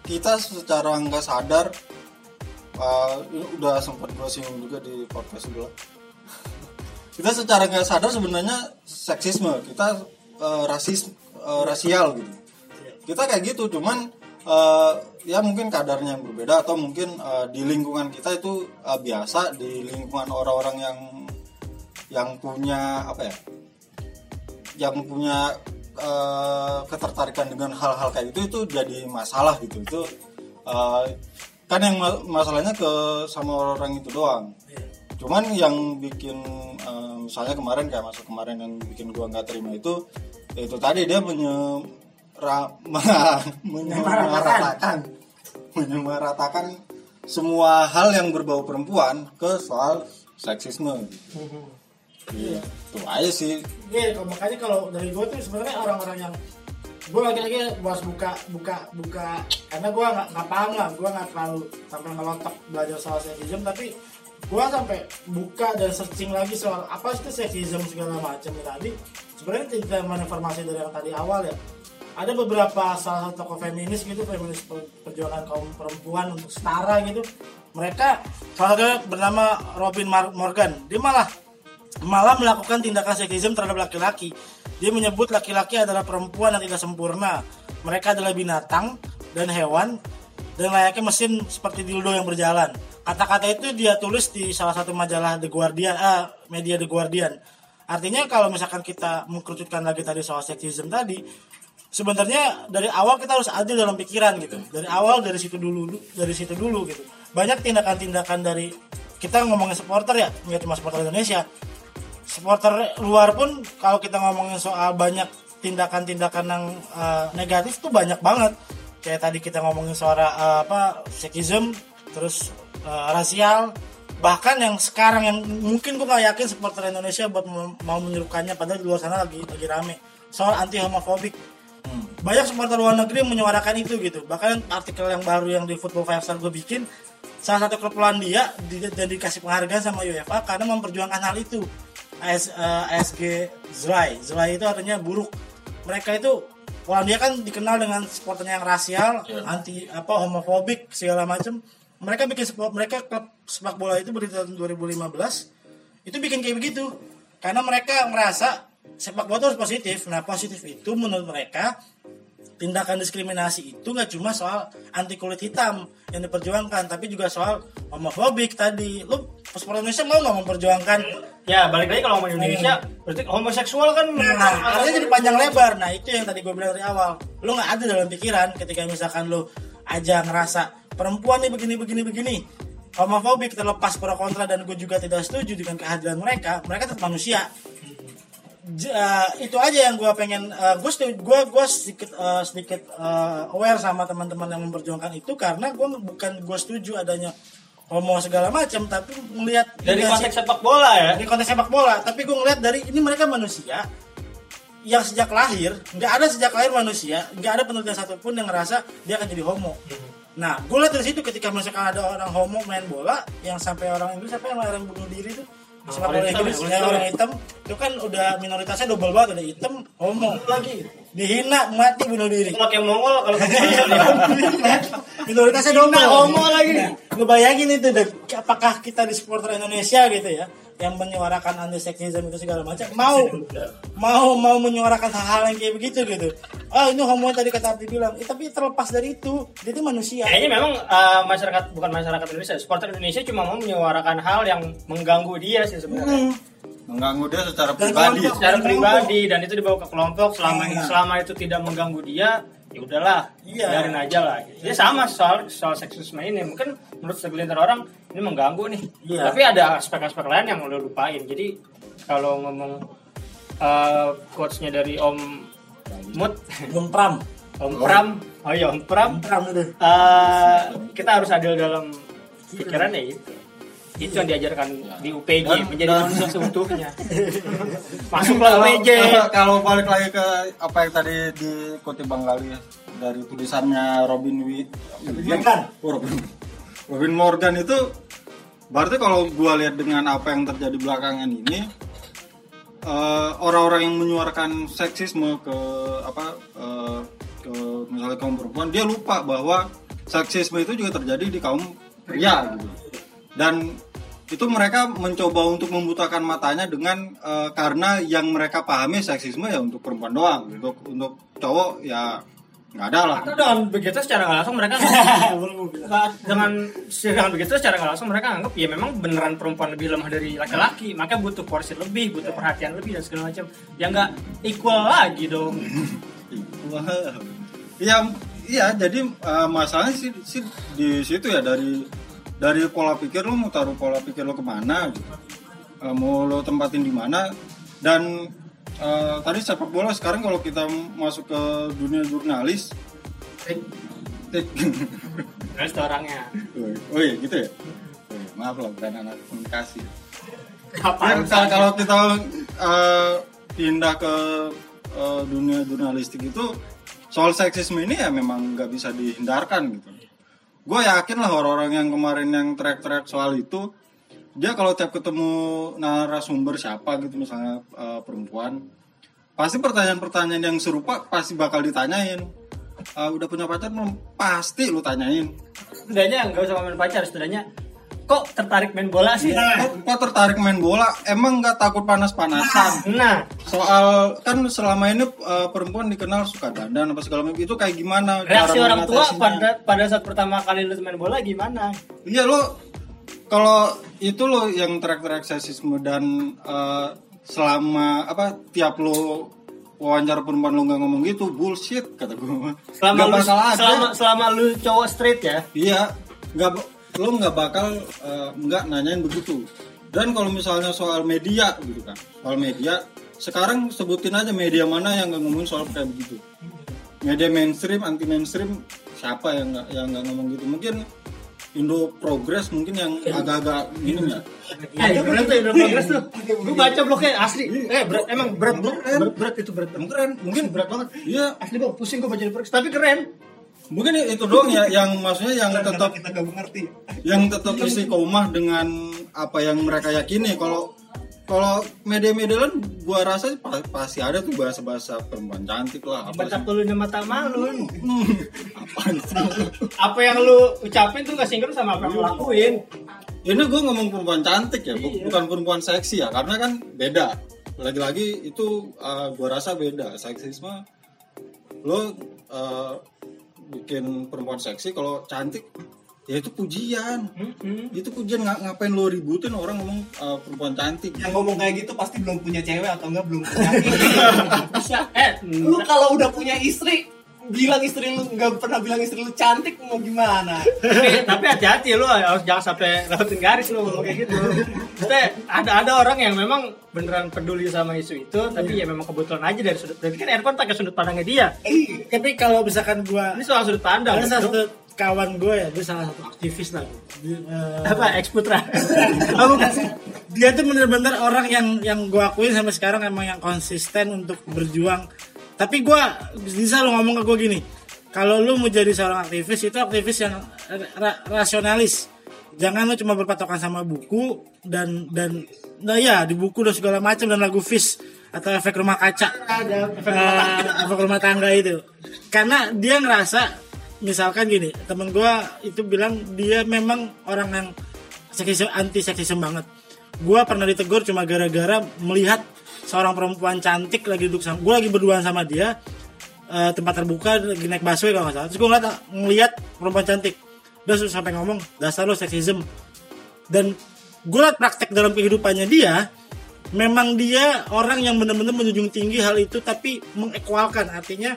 kita secara nggak sadar uh, ini udah sempat gue singgung juga di podcast gue. Kita secara nggak sadar sebenarnya seksisme, kita uh, rasis uh, rasial gitu. Kita kayak gitu, cuman uh, ya mungkin kadarnya yang berbeda atau mungkin uh, di lingkungan kita itu uh, biasa, di lingkungan orang-orang yang yang punya apa ya? Yang punya Uh, ketertarikan dengan hal-hal kayak gitu itu jadi masalah gitu. Itu uh, kan yang ma- masalahnya ke sama orang itu doang. Cuman yang bikin uh, misalnya kemarin kayak masa kemarin yang bikin gua nggak terima itu itu tadi dia menye ra- menyamaratakan menyamaratakan semua hal yang berbau perempuan ke soal seksisme gitu. Iya, itu aja sih.
Iya, makanya kalau dari gue tuh sebenarnya orang-orang yang gue lagi-lagi bahas buka buka buka karena gue nggak nggak paham lah, gue nggak terlalu sampai ngelotok belajar soal seksisme, tapi gue sampai buka dan searching lagi soal apa itu seksisme segala macam tadi. Sebenarnya tidak informasi dari yang tadi awal ya. Ada beberapa salah satu tokoh feminis gitu, feminis perjuangan kaum perempuan untuk setara gitu. Mereka salah satunya bernama Robin Morgan. Dia malah malah melakukan tindakan seksisme terhadap laki-laki. Dia menyebut laki-laki adalah perempuan yang tidak sempurna. Mereka adalah binatang dan hewan dan layaknya mesin seperti dildo yang berjalan. Kata-kata itu dia tulis di salah satu majalah The Guardian, ah, media The Guardian. Artinya kalau misalkan kita mengkerucutkan lagi tadi soal seksisme tadi, sebenarnya dari awal kita harus adil dalam pikiran gitu. Dari awal dari situ dulu, dari situ dulu gitu. Banyak tindakan-tindakan dari kita ngomongin supporter ya, nggak cuma supporter Indonesia. Supporter luar pun kalau kita ngomongin soal banyak tindakan-tindakan yang uh, negatif tuh banyak banget. Kayak tadi kita ngomongin soal uh, apa seksisme, terus uh, rasial, bahkan yang sekarang yang mungkin gue nggak yakin supporter Indonesia buat mau menyerukannya, padahal di luar sana lagi lagi rame soal anti homofobik. Hmm. Banyak supporter luar negeri menyuarakan itu gitu. Bahkan artikel yang baru yang di Football Five Star gue bikin, salah satu klub Polandia dan dikasih penghargaan sama UEFA karena memperjuangkan hal itu. A S, uh, A S G Zlai, Zlai itu artinya buruk. Mereka itu Polandia kan dikenal dengan supporternya yang rasial, yeah. anti apa homofobik segala macam. Mereka bikin sport, mereka klub sepak bola itu berdiri tahun dua ribu lima belas itu bikin kayak begitu karena mereka merasa sepak bola itu harus positif. Nah positif itu menurut mereka tindakan diskriminasi itu nggak cuma soal anti kulit hitam yang diperjuangkan, tapi juga soal homofobik tadi. Lu supporter Indonesia mau nggak memperjuangkan?
Ya balik lagi kalau ngomong Indonesia, hmm. berarti homoseksual kan.
Nah, artinya jadi panjang lebar. Nah itu yang tadi gue bilang dari awal. Lu nggak ada dalam pikiran ketika misalkan lu aja ngerasa perempuan nih begini begini begini, homofobik, terlepas pro kontra dan gue juga tidak setuju dengan kehadiran mereka. Mereka tetap manusia. J- uh, itu aja yang gue pengen. Uh, gue gue gue sedikit uh, sedikit uh, aware sama teman-teman yang memperjuangkan itu karena gue bukan gue setuju adanya homo segala macam, tapi melihat
dari konteks sepak bola ya.
Dari konteks sepak bola, tapi gue ngeliat dari ini mereka manusia yang sejak lahir, nggak ada sejak lahir manusia, nggak ada penelitian satupun yang ngerasa dia akan jadi homo. Hmm. Nah, gue lihat dari situ ketika misalkan ada orang homo main bola, yang sampai orang Inggris apa yang orang bunuh diri itu, oh, sepak bola Inggris, ya, orang hitam, itu kan udah minoritasnya double banget, ada hitam, homo lagi, dihina, mati, bunuh diri.
Kalau kayak Mongol, kalau
minoritasnya double, homo lagi. Ngebayangin itu, deh, apakah kita di supporter Indonesia gitu ya, yang menyuarakan anti seksisme itu segala macam, mau mau mau menyuarakan hal-hal yang kayak begitu gitu. Ah ini homo tadi kata Abdi bilang, eh, tapi terlepas dari itu, dia itu manusia.
Kayaknya memang uh, masyarakat bukan masyarakat Indonesia, supporter Indonesia cuma mau menyuarakan hal yang mengganggu dia sih sebenarnya. Hmm.
Mengganggu dia secara pribadi,
secara pribadi dan itu dibawa ke kelompok. Selama nah. selama itu tidak mengganggu dia, ya udahlah, iya. biarin aja lah. Gitu. Ya sama soal soal seksisme ini, mungkin menurut segelintir orang ini mengganggu nih. Iya. Tapi ada aspek-aspek lain yang lo lupain. Jadi kalau ngomong uh, quotes-nya dari Om Mut,
Om Pram,
Om Pram, oh iya Om Pram,
Om Pram itu.
Uh, kita harus adil dalam pikirannya gitu. Itu yang diajarkan di U P J, dan, menjadi dan, manusia seutuhnya. Masuklah U P J.
Kalau balik lagi ke apa yang tadi dikutip Bang Gali dari tulisannya Robin Wi,
Morgan.
Robin, Robin Morgan itu berarti kalau gua lihat dengan apa yang terjadi belakangan ini, uh, orang-orang yang menyuarakan seksisme ke apa uh, ke misalnya kaum perempuan, dia lupa bahwa seksisme itu juga terjadi di kaum pria gitu. Dan itu mereka mencoba untuk membutakan matanya dengan uh, karena yang mereka pahami seksisme ya untuk perempuan doang, untuk untuk cowok ya nggak ada lah.
Atau dengan begitu secara nggak langsung mereka nggak, dengan dengan begitu secara nggak langsung mereka anggap ya memang beneran perempuan lebih lemah dari laki-laki, maka butuh porsi lebih, butuh perhatian lebih dan segala macam. Ya nggak equal lagi dong.
Iya, iya. Jadi uh, masalahnya sih, sih di situ ya dari dari pola pikir lo mau taruh pola pikir lo kemana gitu. Uh, mau lo tempatin di mana. Dan uh, tadi sepak bola, sekarang kalau kita masuk ke dunia jurnalis, tik tik
Terus orangnya
oh iya gitu ya. Oh, iya, maaf lah bukan anak komunikasi.
apa
Ya, kalau kita uh, pindah ke uh, dunia jurnalistik itu, soal seksisme ini ya memang nggak bisa dihindarkan gitu. Gue yakin lah orang-orang yang kemarin yang teriak-teriak soal itu, dia kalau tiap ketemu narasumber siapa gitu misalnya uh, perempuan, pasti pertanyaan-pertanyaan yang serupa pasti bakal ditanyain. Uh, udah punya pacar belum? Pasti lu tanyain.
setidaknya nggak usah ngomongin pacar, setidaknya kok tertarik main bola sih?
Kok, kok tertarik main bola? Emang nggak takut panas-panasan?
Nah,
Soal kan selama ini uh, perempuan dikenal suka dandan apa segala macam, itu kayak gimana
reaksi
cara
orang tua
mengatasinya?
pada pada saat pertama kali lu main bola gimana?
Iya lo, kalau itu lo yang teriak-teriak seksisme dan uh, selama apa tiap lo wawancara perempuan lo nggak ngomong gitu, bullshit kata gue.
Selama
Nggak
lu
bakal ada.
selama selama lu cowok straight ya.
Iya, nggak lo nggak bakal uh, nggak nanyain begitu. Dan kalau misalnya soal media gitu kan, soal media sekarang sebutin aja media mana yang nggak ngomongin soal kayak begitu. Media mainstream, anti mainstream, siapa yang nggak yang nggak ngomong gitu? Mungkin Indo Progress mungkin yang agak-agak gini ya.
Eh, berat tuh Indo Progress tuh. Gue baca blognya asli. Eh, berat, emang berat, berat, berat, berat itu berat.
Keren, mungkin
Berat banget.
Iya,
Asli bang, pusing gue baca Indo Progress, tapi keren.
mungkin itu doang ya yang maksudnya yang tetap
kita gak mengerti.
yang tetap istiqomah dengan apa yang mereka yakini. Kalau kalau media-media lain gua rasa pa- pasti ada tuh bahasa-bahasa perempuan cantik lah apa
Baca
sih.
tulunya mata malun.
Hmm, apaan sih?
Apa yang lu ucapin tuh gak sinkron sama apa yang lu lakuin.
Ini gue ngomong perempuan cantik ya, bu- bukan perempuan seksi ya, karena kan beda. Lagi-lagi itu uh, gua rasa beda. Seksisme lo uh, bikin perempuan seksi, kalau cantik ya itu pujian.
Hmm.
Itu pujian, ng- ngapain lo ributin orang ngomong uh, perempuan cantik.
Yang ngomong kayak gitu pasti belum punya cewek atau enggak belum punya
Bisa. Eh,
Lu kalau udah punya istri, bilang istri lu nggak pernah bilang istri lu cantik, mau gimana?
tapi, tapi hati-hati lu harus jangan sampai lewatin garis lu ngomong kayak gitu. Maksudnya ada ada orang yang memang beneran peduli sama isu itu, tapi ya memang kebetulan aja dari sudut. Berarti kan Ervan pakai sudut pandangnya dia.
Eh, tapi kalau misalkan gua
Ini soal sudut pandang.
ada salah
gitu.
satu kawan gue ya, dia salah satu aktivis lah. Dia, eh,
Apa ex putra?
Oh, bukan. Dia tuh bener-bener orang yang yang gue akuin sampai sekarang emang yang konsisten untuk berjuang. Tapi gue bisa lo ngomong ke gue gini, kalau lu mau jadi seorang aktivis itu aktivis yang ra- rasionalis. Jangan lu cuma berpatokan sama buku dan dan nah ya di buku dan segala macam dan lagu Fish atau efek rumah kaca,
Ada efek
Eh, efek rumah tangga itu. Karena dia ngerasa misalkan gini, temen gue itu bilang dia memang orang yang seksisme, anti seksisme banget. Gue pernah ditegur cuma gara-gara melihat seorang perempuan cantik lagi duduk sama gue, lagi berduaan sama dia, uh, tempat terbuka lagi naik busway kalau nggak salah. Terus gue ngeliat, ngeliat perempuan cantik, dia sudah sampai ngomong dasar lo seksisme. Dan gue liat praktek dalam kehidupannya dia, memang dia orang yang benar-benar menjunjung tinggi hal itu, tapi mengekualkan. Artinya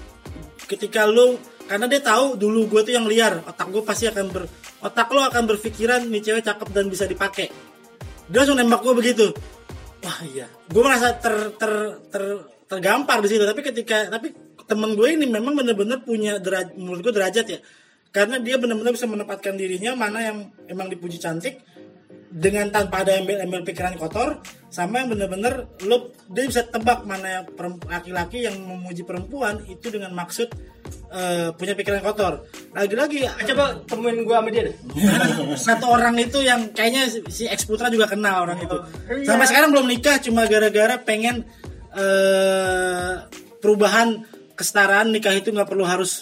ketika lo, karena dia tahu dulu gue tuh yang liar, otak gue pasti akan ber, otak lo akan berpikiran nih cewek cakep dan bisa dipakai. Dia langsung nembak gue begitu. Wah iya, gue merasa ter, ter, ter, tergampar di situ. Tapi ketika, tapi temen gue ini memang benar-benar punya derajat, menurut gue derajat ya, karena dia benar-benar bisa menempatkan dirinya mana yang emang dipuji cantik dengan tanpa ada embel-embel pikiran kotor, sama yang benar-benar lo dia bisa tebak mana yang perempu- laki-laki yang memuji perempuan itu dengan maksud uh, punya pikiran kotor. Lagi-lagi
Coba temuin gua sama dia deh.
satu orang itu yang kayaknya si- si ex putra juga kenal orang itu.
Iya.
Sampai sekarang belum nikah, cuma gara-gara pengen eh, perubahan kesetaraan, nikah itu nggak perlu harus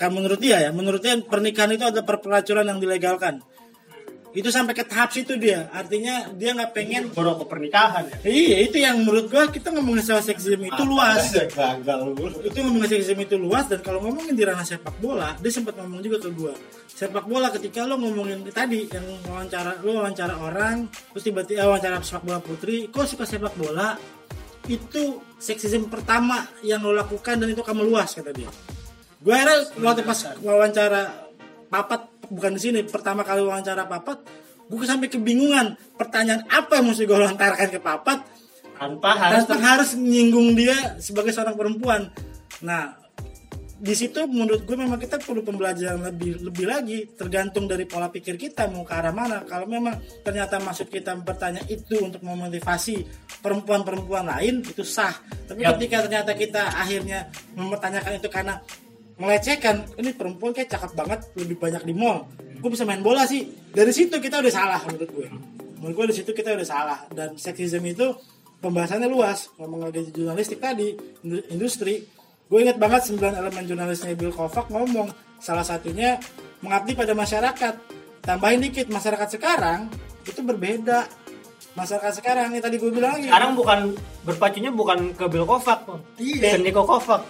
kan menurut dia ya, menurut dia pernikahan itu adalah perpelacuran yang dilegalkan. Itu sampai ke tahap situ dia, artinya dia nggak pengen
baru ke pernikahan ya.
Iya, itu yang menurut gua kita ngomongin soal seksisme itu luas.
Gagal.
Itu ngomongin seksisme itu luas, dan kalau ngomongin di ranah sepak bola, dia sempat ngomong juga ke gua. Sepak bola ketika lo ngomongin tadi yang wawancara, lo wawancara orang, terus tiba-tiba wawancara sepak bola putri, kok suka sepak bola? Itu seksisme pertama yang lo lakukan dan itu kamu luas, kata dia. Gua era waktu pas wawancara Papat, bukan di sini, pertama kali wawancara Papat, gue sampai kebingungan pertanyaan apa yang mesti gue lontarkan ke Papat
tanpa harus
tanpa harus menyinggung dia sebagai seorang perempuan. Nah, di situ menurut gue memang kita perlu pembelajaran lebih lebih lagi, tergantung dari pola pikir kita mau ke arah mana. Kalau memang ternyata maksud kita bertanya itu untuk memotivasi perempuan-perempuan lain, itu sah. Tapi
Yap.
ketika ternyata kita akhirnya mempertanyakan itu karena melecehkan, ini perempuan kayak cakep banget, lebih banyak di mall, gue bisa main bola sih, dari situ kita udah salah menurut gue. Menurut gue dari situ kita udah salah. Dan seksisme itu pembahasannya luas. Ngomong lagi jurnalistik tadi, industri, gue ingat banget sembilan elemen jurnalisnya Bill Kovac ngomong, salah satunya mengabdi pada masyarakat. Tambahin dikit, masyarakat sekarang itu berbeda. Masyarakat sekarang, ini tadi gue bilang lagi,
sekarang bukan berpacunya bukan ke Bill Kovac tuh,
Iya.
ke Niko Kovac.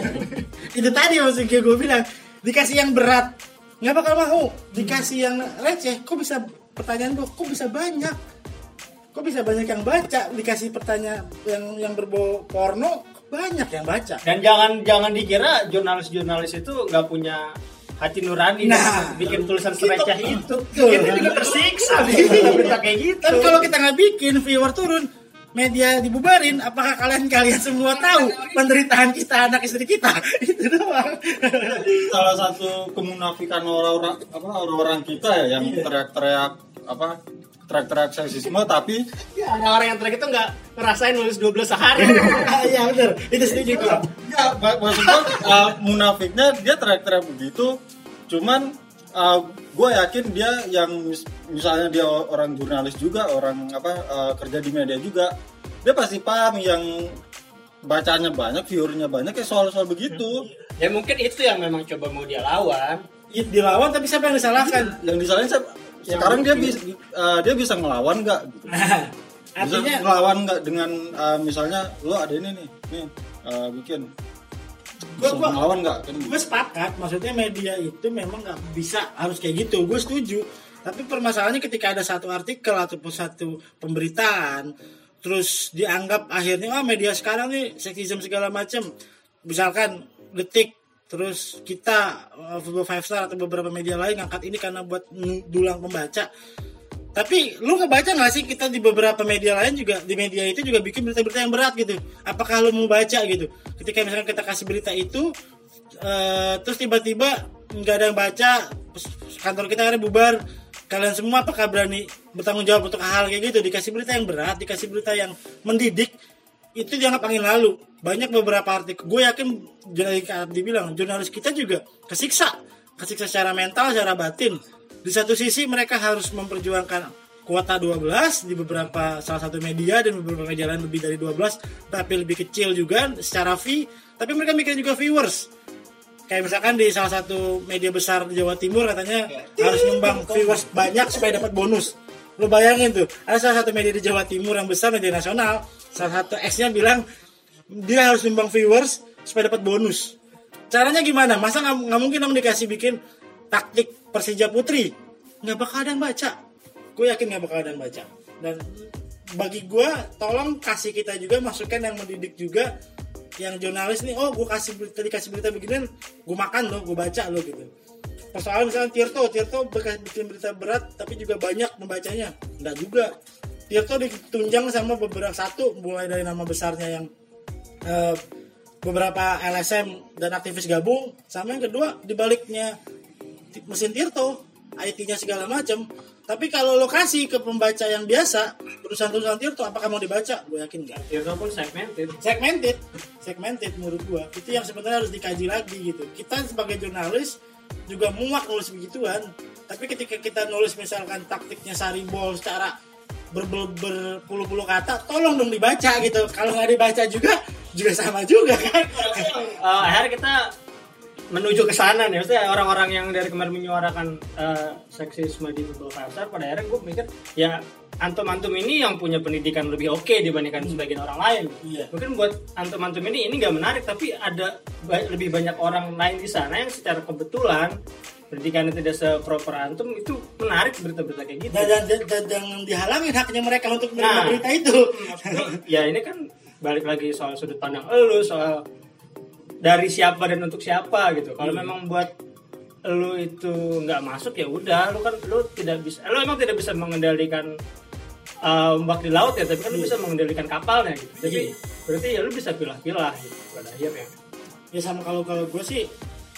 itu tadi maksudnya gue bilang, dikasih yang berat nggak bakal mau, dikasih yang receh kok bisa, pertanyaan gue kok bisa banyak, kok bisa banyak yang baca, dikasih pertanyaan yang yang berbau porno banyak yang baca.
Dan jangan jangan dikira jurnalis-jurnalis itu nggak punya hati nurani,
Nah,
bikin tulisan sereceh itu.
Betul.
Kita juga tersiksa nih berita kayak gitu.
Kan kalau kita nggak bikin, viewer turun, media dibubarin, apakah kalian kalian semua tahu penderitaan kita, anak istri kita? Itu doang.
Salah satu kemunafikan orang-orang apa orang-orang kita ya yang teriak-teriak apa teriak-teriak seksisme tapi
Ya, ada orang yang terakhir itu nggak ngerasain nulis dua belas sehari.
Iya benar, itu setuju gue.
ya mak- maksudnya uh, munafiknya dia teriak-teriak begitu, cuman uh, gue yakin dia yang mis- misalnya dia orang jurnalis juga, orang apa uh, kerja di media juga, dia pasti paham yang bacanya banyak, viewernya banyak kayak soal-soal begitu.
Ya mungkin itu yang memang coba mau dia lawan.
Ya, dilawan tapi siapa yang disalahkan?
Yang disalahin siapa? Sekarang dia bisa uh, dia bisa ngelawan nggak? Gitu.
Nah,
Bisa
artinya
ngelawan nggak dengan uh, misalnya lo ada ini nih, nih uh, bikin
Gua-
bisa
gua-
ngelawan nggak? Kan
gue sepakat, maksudnya media itu memang nggak bisa harus kayak gitu, gue setuju. Tapi permasalahannya ketika ada satu artikel ataupun satu pemberitaan, terus dianggap akhirnya oh media sekarang nih seksisme segala macam, misalkan Detik, terus kita uh, Football Five Star atau beberapa media lain ngangkat ini karena buat dulang pembaca. Tapi lu ngebaca nggak sih kita di beberapa media lain juga, di media itu juga bikin berita-berita yang berat gitu. Apakah lu mau baca gitu? Ketika misalkan kita kasih berita itu, uh, terus tiba-tiba nggak ada yang baca, kantor kita akhirnya bubar. Kalian semua apakah berani bertanggung jawab untuk hal kayak gitu? Dikasih berita yang berat, dikasih berita yang mendidik, itu dianggap angin lalu. Banyak beberapa artikel, gue yakin jurnalis dibilang jurnalis kita juga kesiksa, kesiksa secara mental, secara batin. Di satu sisi mereka harus memperjuangkan kuota dua belas di beberapa salah satu media dan beberapa media lain lebih dari dua belas, tapi lebih kecil juga secara fee, tapi mereka mikir juga viewers. Kayak misalkan di salah satu media besar di Jawa Timur katanya harus nyumbang viewers banyak supaya dapat bonus. Lo bayangin tuh, ada salah satu media di Jawa Timur yang besar, media nasional, salah satu ex-nya bilang dia harus nyumbang viewers supaya dapat bonus. Caranya gimana? Masa nggak nggak mungkin dong dikasih bikin taktik Persija Putri? Nggak bakal ada yang baca. Gue yakin nggak bakal ada yang baca. Dan bagi gue, tolong kasih kita juga masukan yang mendidik juga. Yang jurnalis nih, oh gue kasih berita, dikasih berita beginian, gue makan loh, gue baca loh gitu. Persoalan misalnya Tirto, Tirto bikin berita berat tapi juga banyak membacanya. Enggak juga. Tirto ditunjang sama beberapa satu, mulai dari nama besarnya yang eh, beberapa L S M dan aktivis gabung, sama yang kedua dibaliknya mesin Tirto, I T-nya segala macam. Tapi kalau lokasi ke pembaca yang biasa, tulisan-tulisan Tirto apakah mau dibaca? Gue yakin enggak.
Tirto pun segmented.
Segmented, segmented menurut gue. Itu yang sebenarnya harus dikaji lagi gitu. Kita sebagai jurnalis juga muak nulis begituan. Tapi ketika kita nulis misalkan taktiknya Saribol secara ber- ber- berpuluh-puluh kata, tolong dong dibaca gitu. Kalau nggak dibaca juga, juga sama juga kan.
Uh, akhirnya kita menuju ke sana nih, maksudnya orang-orang yang dari kemarin menyuarakan uh, seksisme di beberapa pasar, pada akhirnya gue mikir ya antum-antum ini yang punya pendidikan lebih oke okay dibandingkan hmm. sebagian orang lain.
Iya.
Mungkin buat antum-antum ini ini nggak menarik, tapi ada ba- lebih banyak orang lain di sana yang secara kebetulan pendidikannya tidak seproper antum, itu menarik berita-berita kayak gitu.
Dan, dan, dan, dan jangan dihalangi haknya mereka untuk menerima
Nah,
berita itu.
Ya ini kan balik lagi soal sudut pandang elu, soal dari siapa dan untuk siapa gitu. Kalau hmm. memang buat lu itu nggak masuk ya udah, lu kan lu tidak bisa, lu emang tidak bisa mengendalikan uh, ombak di laut ya, tapi kan lu bisa mengendalikan kapalnya gitu. Jadi hmm. berarti ya lu bisa pilah-pilah gitu pada akhirnya.
Ya sama kalau kalau gue sih,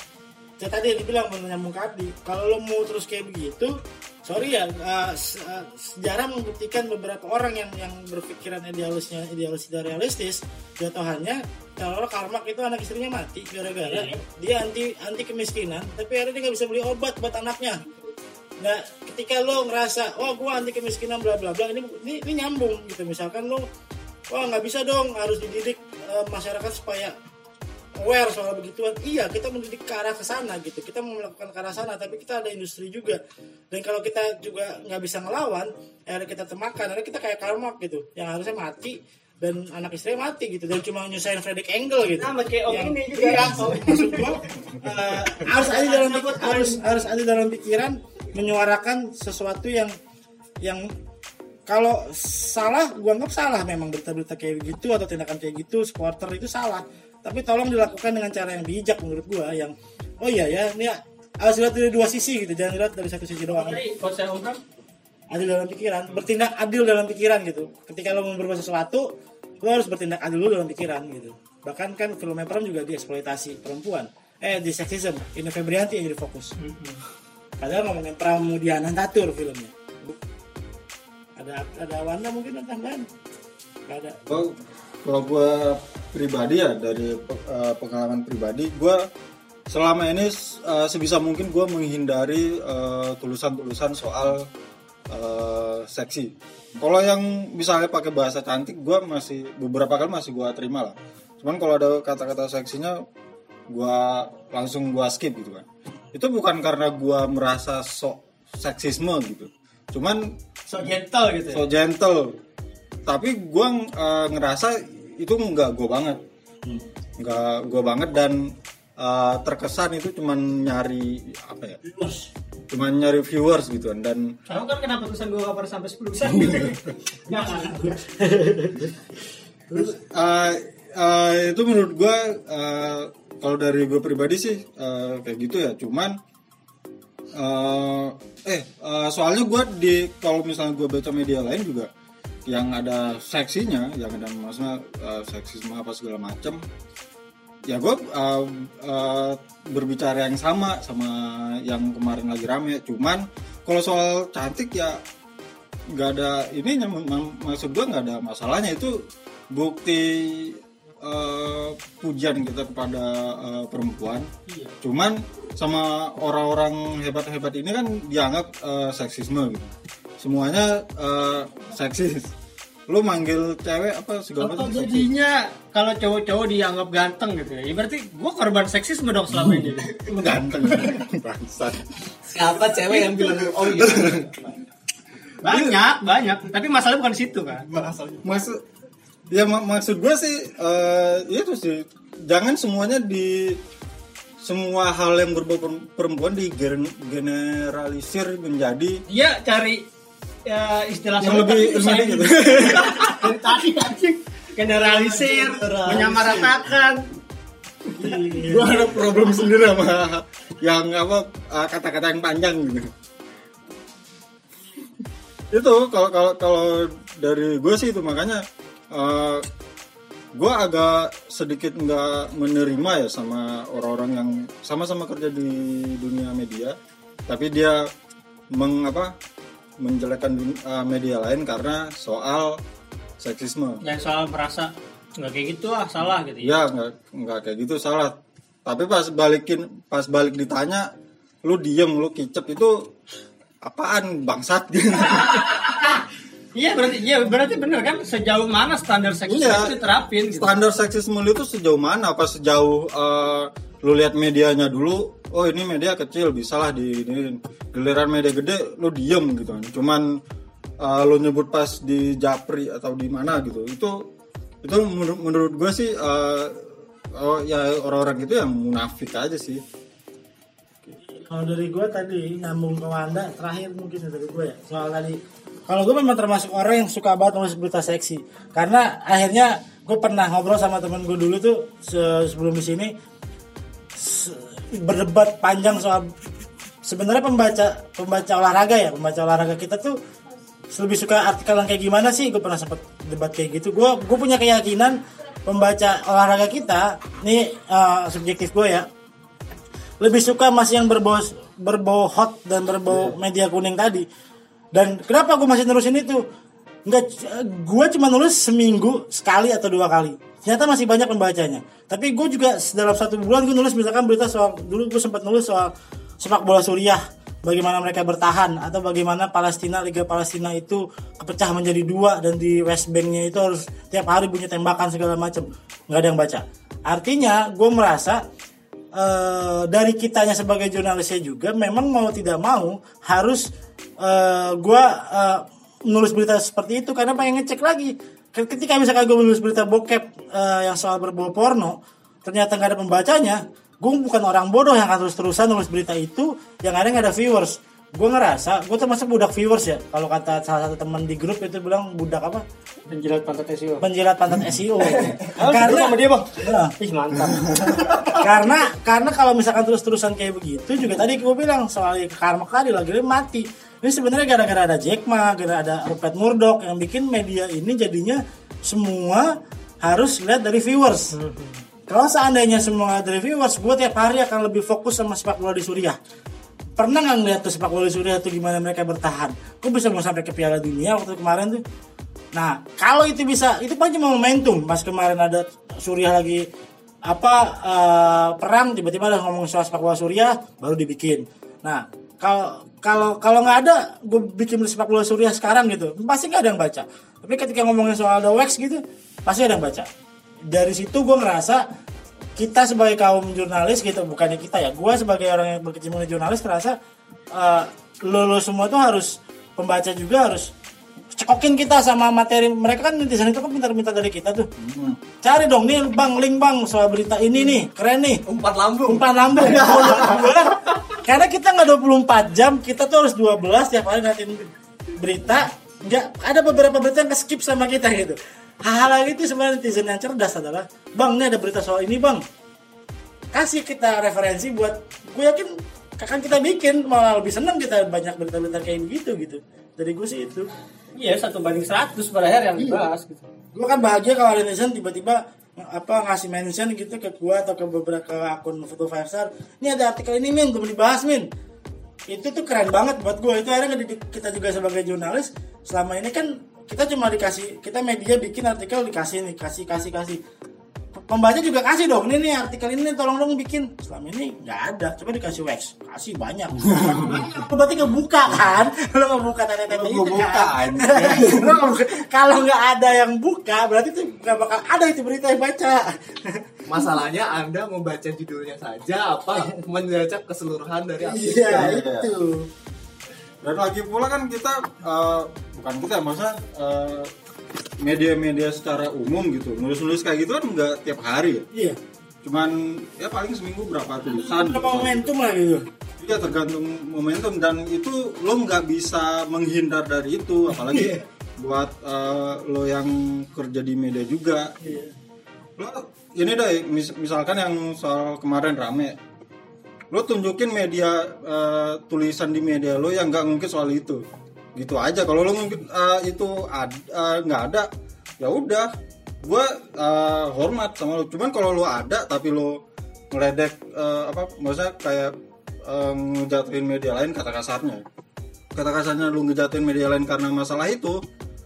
ya tadi yang dibilang menyambung ke Abdi, kalau lo mau terus kayak begitu, sorry ya, uh, se- uh, sejarah membuktikan beberapa orang yang yang berpikiran idealisnya idealis tidak realistis, jatuhannya kalau Karl Marx itu anak istrinya mati gara-gara yeah. dia anti anti kemiskinan, tapi akhirnya dia nggak bisa beli obat buat anaknya. Nah, ketika lo ngerasa, oh gue anti kemiskinan bla bla bla, ini, ini ini nyambung gitu. Misalkan lo, wah nggak bisa dong, harus dididik uh, masyarakat supaya aware soal begituan. Iya, kita mendidik ke arah ke sana gitu. Kita mau melakukan ke arah sana, tapi kita ada industri juga. Dan kalau kita juga nggak bisa ngelawan, ya kita termakan. Karena kita kayak Karl Marx gitu, yang harusnya mati dan anak istrinya mati gitu. Dan cuma nyusahin Friedrich Engels gitu.
Sama kayak om
yang,
ini juga.
Iya, maksud gua uh, harus ada dalam harus harus ada dalam pikiran menyuarakan sesuatu yang yang kalau salah, gua anggap salah memang berita-berita kayak gitu atau tindakan kayak gitu, supporter itu salah. Tapi tolong dilakukan dengan cara yang bijak menurut gua, yang oh iya ya, ini harus lihat dari dua sisi gitu, jangan lihat dari satu sisi doang.
Jadi kalau saya umum
Adil dalam pikiran, bertindak adil dalam pikiran gitu. Ketika lo mau berbuat sesuatu, lo harus bertindak adil dulu dalam pikiran gitu. Bahkan kan film Pram juga dieksploitasi perempuan, eh di seksisme. Ini Febrianti yang jadi fokus. Padahal ngomongin Pramudiana Tatur filmnya. Ada ada Wanda mungkin tambahan? Gak ada.
Oh, kalau gue pribadi ya, dari uh, pengalaman pribadi, gue selama ini uh, sebisa mungkin gue menghindari uh, tulisan-tulisan soal uh, seksi. Kalau yang misalnya pakai bahasa cantik, gue masih beberapa kali masih gue terima lah. Cuman kalau ada kata-kata seksinya, gue langsung gue skip gitu kan. Itu bukan karena gue merasa sok seksisme gitu. Cuman
so gentle gitu ya?
So gentle. Tapi gue uh, ngerasa itu nggak gue banget, nggak gue banget dan uh, terkesan itu cuman nyari apa ya? Cuman nyari viewers gitu kan. Dan
kamu kan kenapa tulisan gue kabar sampai sepuluh persen?
uh, uh, itu menurut gue uh, kalau dari gue pribadi sih uh, kayak gitu ya. Cuman uh, eh uh, soalnya gue di kalau misalnya gue baca media lain juga yang ada seksinya, yang ada maksudnya uh, seksisme apa segala macam, ya gue uh, uh, berbicara yang sama sama yang kemarin lagi rame. Cuman kalau soal cantik ya nggak ada ininya, mak- maksud gue nggak ada masalahnya. Itu bukti uh, pujian kita kepada uh, perempuan. Iya. Cuman sama orang-orang hebat-hebat ini kan dianggap uh, seksisme gitu. Semuanya uh, seksis. Lu manggil cewek apa segala macam.
Apa jadinya kalau cowok-cowok dianggap ganteng gitu ya? Ya berarti gue korban seksisme dong selama ini.
Lu ganteng. Bangsat.
Siapa cewek yang bilang oh iya?
Banyak, banyak. Tapi masalahnya bukan di situ kan.
Maksud ya mak- maksud gue sih uh, itu sih, jangan semuanya di semua hal yang berbau perempuan digeneralisir menjadi
Dia cari ya istilah
yang lebih ilmiah gitu.
Dari tadi anjing generalisir, menyamaratakan.
Gue ada problem sendiri sama yang apa uh, kata-kata yang panjang gitu. Itu kalau kalau kalau dari gue sih itu, makanya uh, gue agak sedikit nggak menerima ya sama orang-orang yang sama-sama kerja di dunia media, tapi dia mengapa menjelekkan uh, media lain karena soal seksisme.
Dan soal merasa nggak kayak gitu ah salah gitu
ya. Ya nggak nggak kayak gitu salah. Tapi pas balikin pas balik ditanya, lu diem, lu kicep, itu apaan bangsat gitu.
Iya berarti iya berarti bener kan, sejauh mana standar seksisme
iya,
itu diterapin gitu.
Standar seksisme itu sejauh mana? Apa sejauh uh, lu lihat medianya dulu, oh ini media kecil bisalah di ini, giliran media gede lu diem gitu kan. Cuman uh, lu nyebut pas di Japri atau di mana gitu, itu itu menurut, menurut gue sih uh, oh ya orang-orang itu yang munafik aja sih.
Kalau dari gue tadi nyambung ke Wanda, terakhir mungkin dari gue ya soal tadi. Kalau gue memang termasuk orang yang suka banget nulis berita seksi, karena akhirnya gue pernah ngobrol sama temen gue dulu tuh sebelum di sini berdebat panjang soal sebenarnya pembaca pembaca olahraga ya pembaca olahraga kita tuh lebih suka artikel yang kayak gimana sih. Gue pernah sempat debat kayak gitu. Gue gue punya keyakinan pembaca olahraga kita ini uh, subjektif gue ya lebih suka masih yang berbau berbau hot dan berbau media kuning tadi. Dan kenapa gue masih nerusin itu? Enggak, gue cuma nulis seminggu sekali atau dua kali. Ternyata masih banyak pembacanya. Tapi gue juga dalam satu bulan gue nulis misalkan berita soal, dulu gue sempat nulis soal sepak bola Suriah, bagaimana mereka bertahan, atau bagaimana Palestina, Liga Palestina itu kepecah menjadi dua dan di West Bank-nya itu harus tiap hari bunyi tembakan segala macam. Nggak ada yang baca. Artinya gue merasa uh, dari kitanya sebagai jurnalisnya juga memang mau tidak mau harus uh, gue uh, nulis berita seperti itu karena pengen ngecek lagi. Ketika misalkan gue menulis berita bokep uh, yang soal berbau porno, ternyata nggak ada pembacanya, gue bukan orang bodoh yang akan terus-terusan nulis berita itu yang ada nggak ada viewers. Gue ngerasa gue termasuk budak viewers ya. Kalau kata salah satu teman di grup itu bilang budak apa?
Penjilat pantat S E O.
Penjilat pantat S E O.
Karena sama dia bang.
Nah,
ih mantap.
karena karena kalau misalkan terus-terusan kayak begitu juga tadi gue bilang soal karma kali lagi mati. Ini sebenarnya gara-gara ada Jack Ma, gara-gara ada Rupert Murdoch yang bikin media ini jadinya semua harus lihat dari viewers. Kalau seandainya semua dari viewers, gue tiap hari akan lebih fokus sama sepak bola di Suriah. Pernah nggak ngeliat tuh sepak bola di Suriah tuh gimana mereka bertahan? Gue bisa mau sampai ke Piala Dunia waktu kemarin tuh. Nah, kalau itu bisa, itu kan cuma momentum. Pas kemarin ada Suriah lagi apa uh, perang, tiba-tiba ada ngomong soal sepak bola Suriah, baru dibikin. Nah, kalau kalau kalau nggak ada, gue bikin sepak bola Suriah sekarang gitu, pasti nggak ada yang baca. Tapi ketika ngomongin soal The Wax gitu, pasti ada yang baca. Dari situ gue ngerasa kita sebagai kaum jurnalis gitu, bukannya kita ya, gue sebagai orang yang berkecimpung di jurnalis ngerasa uh, lo, lo semua tuh harus pembaca juga harus cekokin kita sama materi mereka. Kan netizen itu kan minta-minta dari kita tuh, hmm. cari dong nih bang link bang soal berita ini nih keren nih,
umpan lambung
umpan lambung karena kita nggak dua puluh empat jam, kita tuh harus dua belas tiap hari ngatin berita. Nggak ada beberapa berita yang ke-skip sama kita gitu. Hal-hal itu sebenarnya netizen yang cerdas adalah, bang ini ada berita soal ini bang, kasih kita referensi buat, gue yakin akan kita bikin malah lebih senang kita banyak berita-berita kayak begitu gitu. Dari gue sih itu.
Iya, satu banding seratus pada akhir yang dibahas gitu.
Gue kan bahagia kalau ada netizen tiba-tiba apa ngasih mention gitu ke gue atau ke beberapa akun foto five star. Ini ada artikel ini min, belum dibahas min. Itu tuh keren banget buat gue. Itu akhirnya ngedidik kita juga sebagai jurnalis. Selama ini kan kita cuma dikasih, kita media bikin artikel dikasih nih, kasih kasih kasih. Pembaca juga kasih dong, ini nih artikel ini tolong dong bikin. Selama ini nggak ada, coba dikasih wax, kasih banyak. Berarti ngebuka kan? Lo ngebuka tanda-tanda itu kan? Kalau nggak ada yang buka, berarti tuh nggak bakal ada itu berita yang baca.
Masalahnya Anda membaca judulnya saja, apa membaca keseluruhan dari artikel.
Iya itu.
Dan lagi pula kan kita uh, bukan kita, maksudnya uh, media-media secara umum gitu, nulis-nulis kayak gitu kan nggak tiap hari ya.
Iya.
Cuman ya paling seminggu berapa tulisan.
Berapa momentum lah gitu.
Iya, tergantung momentum, dan itu lo nggak bisa menghindar dari itu, apalagi buat uh, lo yang kerja di media juga.
Iya.
Lo ini deh, mis- misalkan yang soal kemarin rame, lo tunjukin media uh, tulisan di media lo yang nggak ngungkit soal itu, gitu aja. Kalau lo uh, itu nggak ad, uh, ada, ya udah, gue uh, hormat sama lo. Cuman kalau lo ada tapi lo ngeledek uh, apa, maksudnya kayak uh, ngejatuhin media lain, kata kasarnya, kata kasarnya lo ngejatuhin media lain karena masalah itu,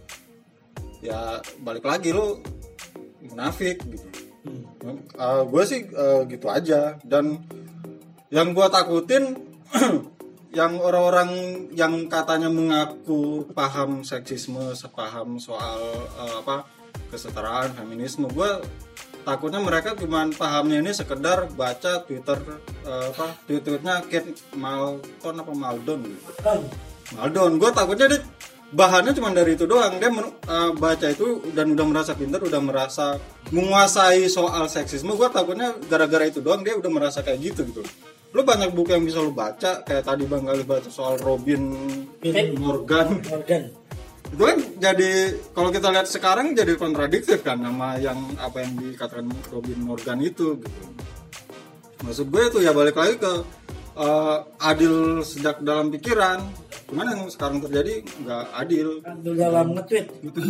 ya balik lagi lo munafik gitu. Hmm. Uh, gue sih uh, gitu aja. Dan yang gue takutin yang orang-orang yang katanya mengaku paham seksisme, sepaham soal uh, apa kesetaraan, feminisme, gue takutnya mereka cuma pahamnya ini sekedar baca Twitter uh, apa Twitternya Kate Malton apa Maldon gitu. Maldon, gue takutnya dia bahannya cuma dari itu doang, dia men, uh, baca itu dan udah merasa pintar, udah merasa menguasai soal seksisme. Gue takutnya gara-gara itu doang dia udah merasa kayak gitu gitu. Lu banyak buku yang bisa lu baca, kayak tadi Bang Galih baca soal Robin Morgan.
Morgan.
Itu kan jadi kalau kita lihat sekarang jadi kontradiktif kan sama yang apa yang dikatakan Robin Morgan itu gitu. Maksud gue itu ya balik lagi ke uh, adil sejak dalam pikiran. Cuman yang sekarang terjadi nggak adil.
Adil dalam nge-tweet.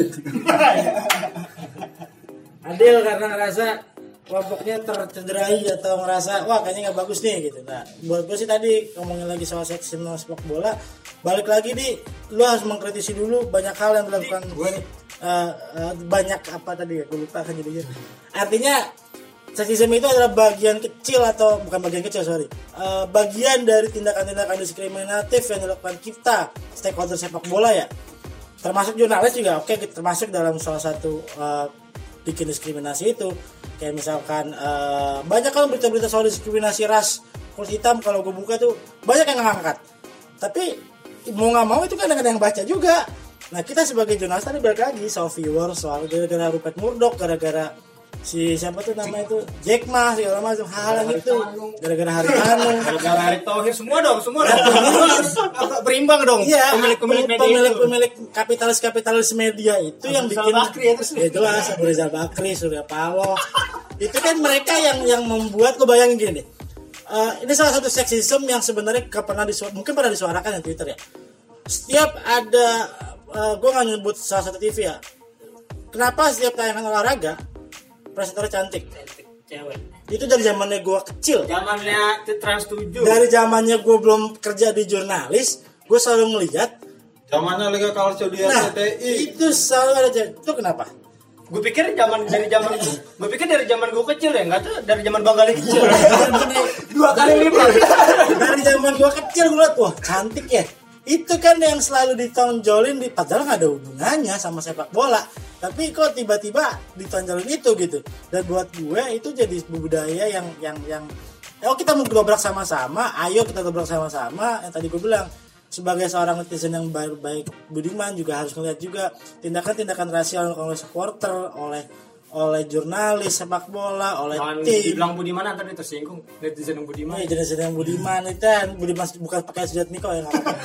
Adil karena ngerasa kelompoknya tercederai atau ngerasa wah kayaknya nggak bagus nih gitu. Nah buat gue sih tadi ngomongin lagi soal seksisme sepak bola, balik lagi di lu harus mengkritisi dulu banyak hal yang dilakukan gue nih uh, uh, banyak apa tadi ya gue lupa kan jadinya. Artinya seksisme itu adalah bagian kecil atau bukan bagian kecil sorry uh, bagian dari tindakan-tindakan diskriminatif yang dilakukan kita stakeholder sepak bola ya, termasuk jurnalis juga oke okay, termasuk dalam salah satu uh, bikin diskriminasi itu. Kayak misalkan uh, banyak kan berita-berita soal diskriminasi ras kulit hitam, kalau gue buka tuh banyak yang ngangkat, tapi mau nggak mau itu kan ada yang baca juga. Nah kita sebagai jurnalis tadi balik lagi soal viewer, soal gara-gara Rupert Murdoch, gara-gara si siapa tuh nama itu Jack Ma segala macam hal-hal itu, gara-gara Hari Anu,
gara-gara Hari Thohir, semua dong, semua dong. Berimbang dong.
Iya,
pemilik-pemilik media
pemilik-pemilik kapitalis-kapitalis media itu yang bikin
Bakri ya, terus.
Ya jelas Abu Rizal Bakri, Surya Paloh. Itu kan mereka yang yang membuat, gue bayangin gini. Uh, ini salah satu seksisme yang sebenarnya pernah disuarakan, mungkin pernah disuarakan di Twitter ya. Setiap ada uh, gue nggak nyebut salah satu T V ya. Kenapa setiap tayangan olahraga presenter cantik?
Cewek.
Itu dari zamannya gue kecil.
Zamannya Trans tujuh.
Dari zamannya gue belum kerja di jurnalis, gue selalu ngelihat.
Zamannya Liga Calcio di
Nah,
R C T I.
itu selalu ada. Itu kenapa?
Gue pikir zaman dari zaman gue pikir dari zaman gue kecil ya, nggak tuh dari zaman Bang Galih kecil. Dua kali lipat.
Dari zaman gue kecil gue liat, wah cantik ya. Itu kan yang selalu ditonjolin di, padahal nggak ada hubungannya sama sepak bola, tapi kok tiba-tiba ditonjolin itu gitu. Dan buat gue itu jadi budaya yang yang yang oh kita mau dobrak sama-sama, ayo kita dobrak sama-sama. Yang tadi gue bilang sebagai seorang netizen yang baik, baik budiman juga harus melihat juga tindakan-tindakan rasial oleh supporter, oleh oleh jurnalis sepak bola, oleh
Jangan
tim.
dibilang budiman nanti tersinggung netizen yang budiman.
Oh, jenis yang budiman itu kan budiman bukan pakai sujud niko ya.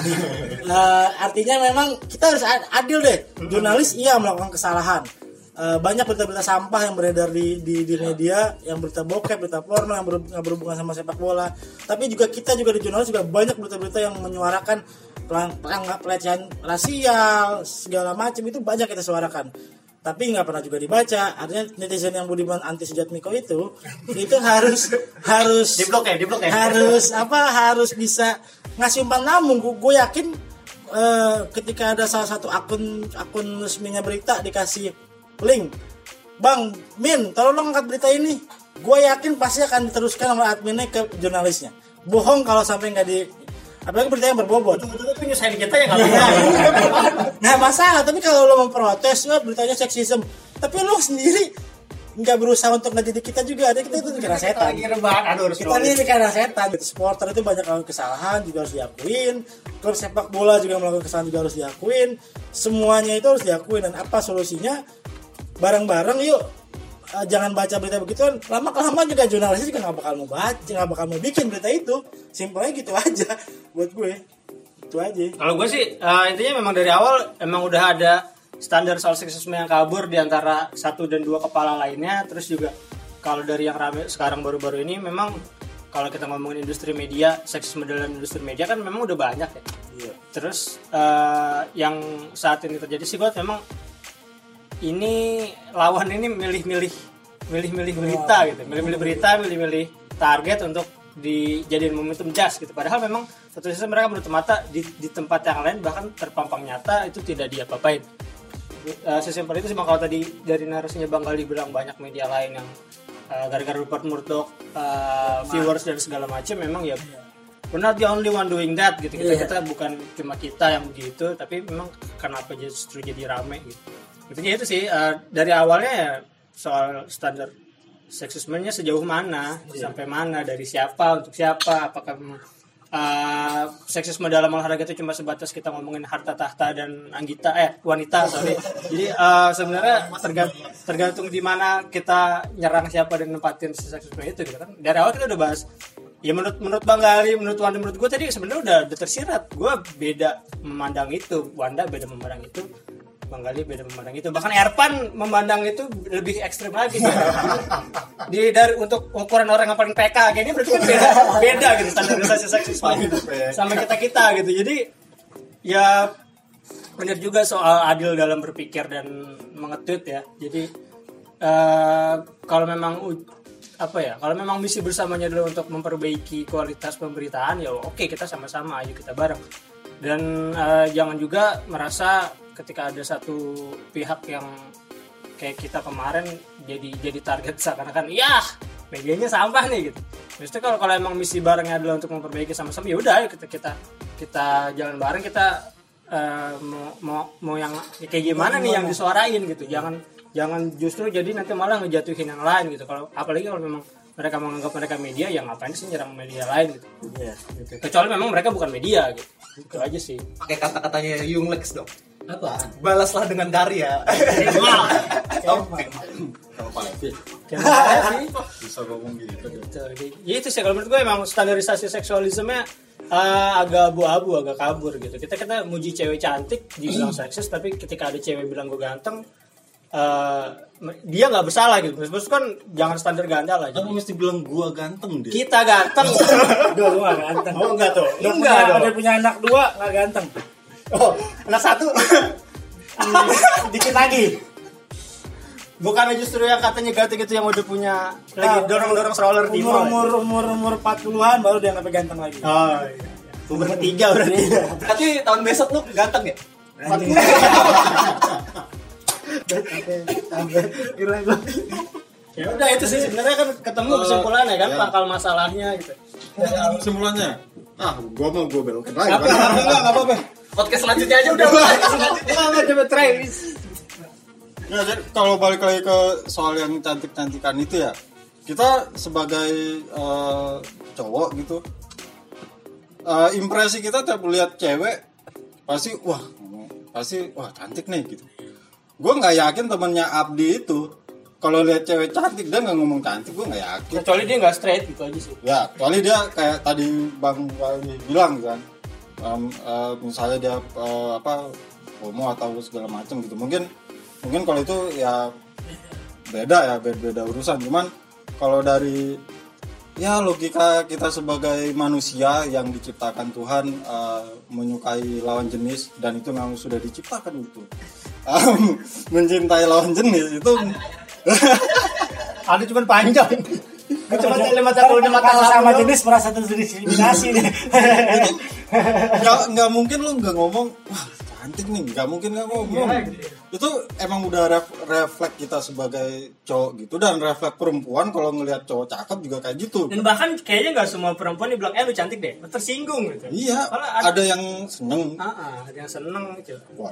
uh, artinya memang kita harus adil deh. Jurnalis iya melakukan kesalahan. Uh, banyak berita-berita sampah yang beredar di, di di media, yang berita bokep, berita porno yang ber, berhubungan sama sepak bola. Tapi juga kita juga di jurnalis juga banyak berita-berita yang menyuarakan pelecehan rasial segala macam, itu banyak kita suarakan. Tapi nggak pernah juga dibaca. Artinya netizen yang budiman anti sejatmiko itu itu harus harus
Diblok ya, diblok ya.
harus apa harus bisa ngasih umpan lambung. Gue yakin uh, ketika ada salah satu akun akun resminya berita dikasih link, Bang Min tolong dong angkat berita ini, gue yakin pasti akan diteruskan oleh adminnya ke jurnalisnya. Bohong kalau sampai nggak di, apalagi berita yang berbobot.
Itu nyusahin kita ya nggak bisa.
Nggak masalah, tapi kalau lo memprotes, wah beritanya seksisme, tapi lo sendiri nggak berusaha untuk ngedidik kita juga, ada kita itu dikira setan.
Lagi rebahan, aduh harus
Kita ini dikira setan. Supporter itu banyak melakukan kesalahan juga harus diakuin. Klub sepak bola juga melakukan kesalahan juga harus diakuin. Semuanya itu harus diakuin. Dan apa solusinya? Bareng-bareng yuk. Uh, jangan baca berita begitu, lama kelamaan juga jurnalisnya juga nggak bakal mau baca, nggak bakal mau bikin berita itu. Simpelnya gitu aja buat gue. Itu aja.
Kalau gue sih uh, intinya memang dari awal emang udah ada standar soal seksisme yang kabur di antara satu dan dua kepala lainnya. Terus juga kalau dari yang rame sekarang baru-baru ini, memang kalau kita ngomongin industri media, seksisme dalam industri media kan memang udah banyak ya.
Iya.
Terus uh, yang saat ini terjadi sih gue memang ini lawan ini milih-milih milih-milih berita gitu, milih-milih berita, milih-milih target untuk dijadiin momentum jas gitu. Padahal memang satu sisi mereka menutup mata di, di tempat yang lain, bahkan terpampang nyata itu tidak diapa-apain. Uh, sesimpel itu sih. Kalau tadi dari narasinya Bang Galih bilang banyak media lain yang uh, gara-gara Rupert Murdoch uh, viewers dan segala macam, memang ya we're not the only one doing that gitu. Kita,
yeah.
kita bukan cuma kita yang begitu, tapi memang kenapa justru jadi rame gitu. Intinya itu sih, uh, dari awalnya ya soal standar seksismenya sejauh mana, sampai mana, dari siapa untuk siapa, apakah Uh, seksisme dalam olahraga itu cuma sebatas kita ngomongin harta tahta dan anggita eh wanita sorry. Jadi uh, sebenarnya tergantung, tergantung di mana kita nyerang siapa dan nempatin seksisme itu gitu kan. Dari awal kita udah bahas ya menurut menurut Bang Gali, menurut Wanda, menurut gue tadi sebenarnya udah, udah tersirat. Gue beda memandang itu, Wanda beda memandang itu, Bang Gali beda memandang itu. Bahkan Erpan memandang itu lebih ekstrem lagi. Di dari untuk ukuran orang yang paling P K kayak ini berarti kan beda beda gitu standarisasi seksisme gitu sama kita kita gitu. Jadi ya benar juga soal adil dalam berpikir dan mengetweet ya. Jadi uh, kalau memang apa ya kalau memang misi bersamanya adalah untuk memperbaiki kualitas pemberitaan ya oke, kita sama-sama ayo kita bareng. Dan uh, jangan juga merasa ketika ada satu pihak yang kayak kita kemarin jadi jadi target seakan-akan ya medianya sampah nih gitu. Maksudnya kalau kalau emang misi barengnya adalah untuk memperbaiki sama-sama ya udah kita kita kita jalan bareng, kita uh, mau mau mau yang kayak gimana nih yang disuarain gitu. Jangan jangan justru jadi nanti malah ngejatuhin yang lain gitu. Kalau apalagi kalau memang mereka menganggap mereka media, ya ngapain sih nyerang media lain gitu. Iya, gitu. Kecuali memang mereka bukan media gitu. Itu aja sih.
Pakai kata-katanya Yung Lex dong.
Apa?
Balaslah dengan karya.
Kalau Pak Levi
Kayak
bisa ngomong gitu.
gitu. Ya itu sih kalau menurut gue emang standarisasi seksualismenya uh, agak abu-abu, agak kabur gitu. Kita kita muji cewek cantik dibilang seksis, tapi ketika ada cewek bilang gue ganteng, uh, dia nggak bersalah gitu. Maksudnya kan jangan standar ganda lah.
Kamu mesti bilang gua ganteng deh.
Kita ganteng.
Dua gua nggak ganteng.
Oh enggak tuh.
Udah
Enggak
punya,
dong.
udah punya anak dua nggak ganteng.
Oh, anak satu.
Dikit lagi.
Bukannya justru yang katanya ganteng itu yang udah punya lagi dorong-dorong stroller di
umur umur umur umur empat puluhan baru dia nggak ganteng lagi.
Oh, iya. Umur ketiga berarti.
Berarti tahun besok lu ganteng ya?
Ya udah itu sih sebenarnya kan ketemu kesimpulannya kan
ya.
pangkal masalahnya gitu.
Kesimpulannya, ah gua mau gua belokin lagi.
Apa apa enggak apa apa.
Podcast selanjutnya aja udah. Podcast selanjutnya.
Enggak coba try.
Nah, jadi kalau balik lagi ke soal yang cantik-cantikan itu ya, kita sebagai uh, cowok gitu, uh, impresi kita tiap lihat cewek pasti wah, pasti wah cantik nih gitu. Gue nggak yakin temennya Abdi itu kalau lihat cewek cantik dia nggak ngomong cantik, gue nggak yakin.
Kecuali dia nggak straight gitu aja sih.
Ya, kecuali dia kayak tadi Bang Wali bilang kan, um, uh, misalnya dia uh, apa homo atau segala macam gitu. Mungkin mungkin kalau itu ya beda ya beda, beda urusan. Cuman kalau dari ya logika kita sebagai manusia yang diciptakan Tuhan uh, menyukai lawan jenis dan itu memang sudah diciptakan itu um, mencintai lawan jenis itu
ada cuma panjang. Cuma lima tahun lima tahun
sama jenis merasa terdiskriminasi nih.
Nggak nggak mungkin lu nggak ngomong wah cantik nih, nggak mungkin nggak ngomong. Itu emang udah ref, refleks kita sebagai cowok gitu, dan refleks perempuan kalau ngelihat cowok cakep juga kayak gitu.
Dan bahkan kayaknya nggak semua perempuan dibilang eh lu cantik deh, tersinggung gitu.
Iya,
ada,
ada yang seneng.
Ah, ah, ada yang seneng gitu.
Wah.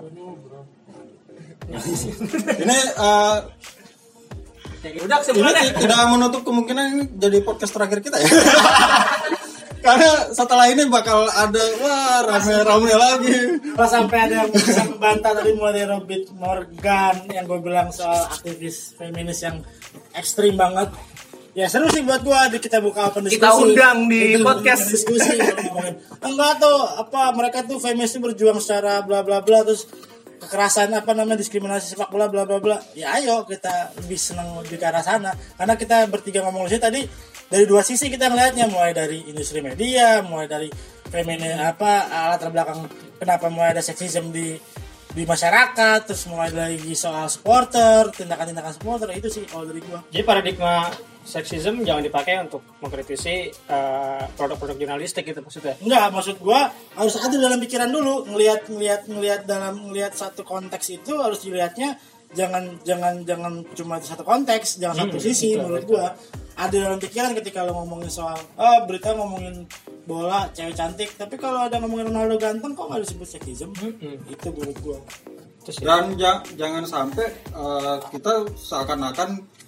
Ini uh,
Ya, udah
ini
kesimpulannya.
tidak menutup kemungkinan ini jadi podcast terakhir kita ya. Karena setelah ini bakal ada wah rame-rame lagi.
Kalau sampai ada yang bisa membantah tadi mulai dari Robert Morgan yang gue bilang soal aktivis feminis yang ekstrim banget. Ya seru sih buat gue, kita buka open diskusi.
Kita undang di
Kita
podcast.
diskusi. Enggak tuh, apa mereka tuh feminis tuh berjuang secara bla bla bla, terus kekerasan apa namanya diskriminasi sepak bola bla bla bla. Ya ayo kita lebih senang lebih ke arah sana. Karena kita bertiga ngomong di sini tadi dari dua sisi kita ngelihatnya, mulai dari industri media, mulai dari feminin apa latar belakang kenapa mulai ada seksisme di di masyarakat, terus mulai lagi soal supporter, tindakan-tindakan supporter, itu sih kalau dari gua.
Jadi paradigma seksisme jangan dipakai untuk mengkritisi uh, produk-produk jurnalistik gitu maksudnya.
Enggak, maksud gua harus adil dalam pikiran dulu, ngelihat ngelihat ngelihat dalam ngelihat satu konteks itu harus dilihatnya jangan jangan jangan cuma satu konteks, jangan
Hmm,
satu sisi.
betul,
Menurut
betul.
gua adil dalam pikiran ketika lo ngomongin soal oh berita ngomongin bola cewek cantik, tapi kalau ada ngomongin Ronaldo ganteng kok nggak disebut seksisme?
Hmm.
Itu menurut gua.
Terus ya.
Dan ja- jangan sampai uh, kita seakan-akan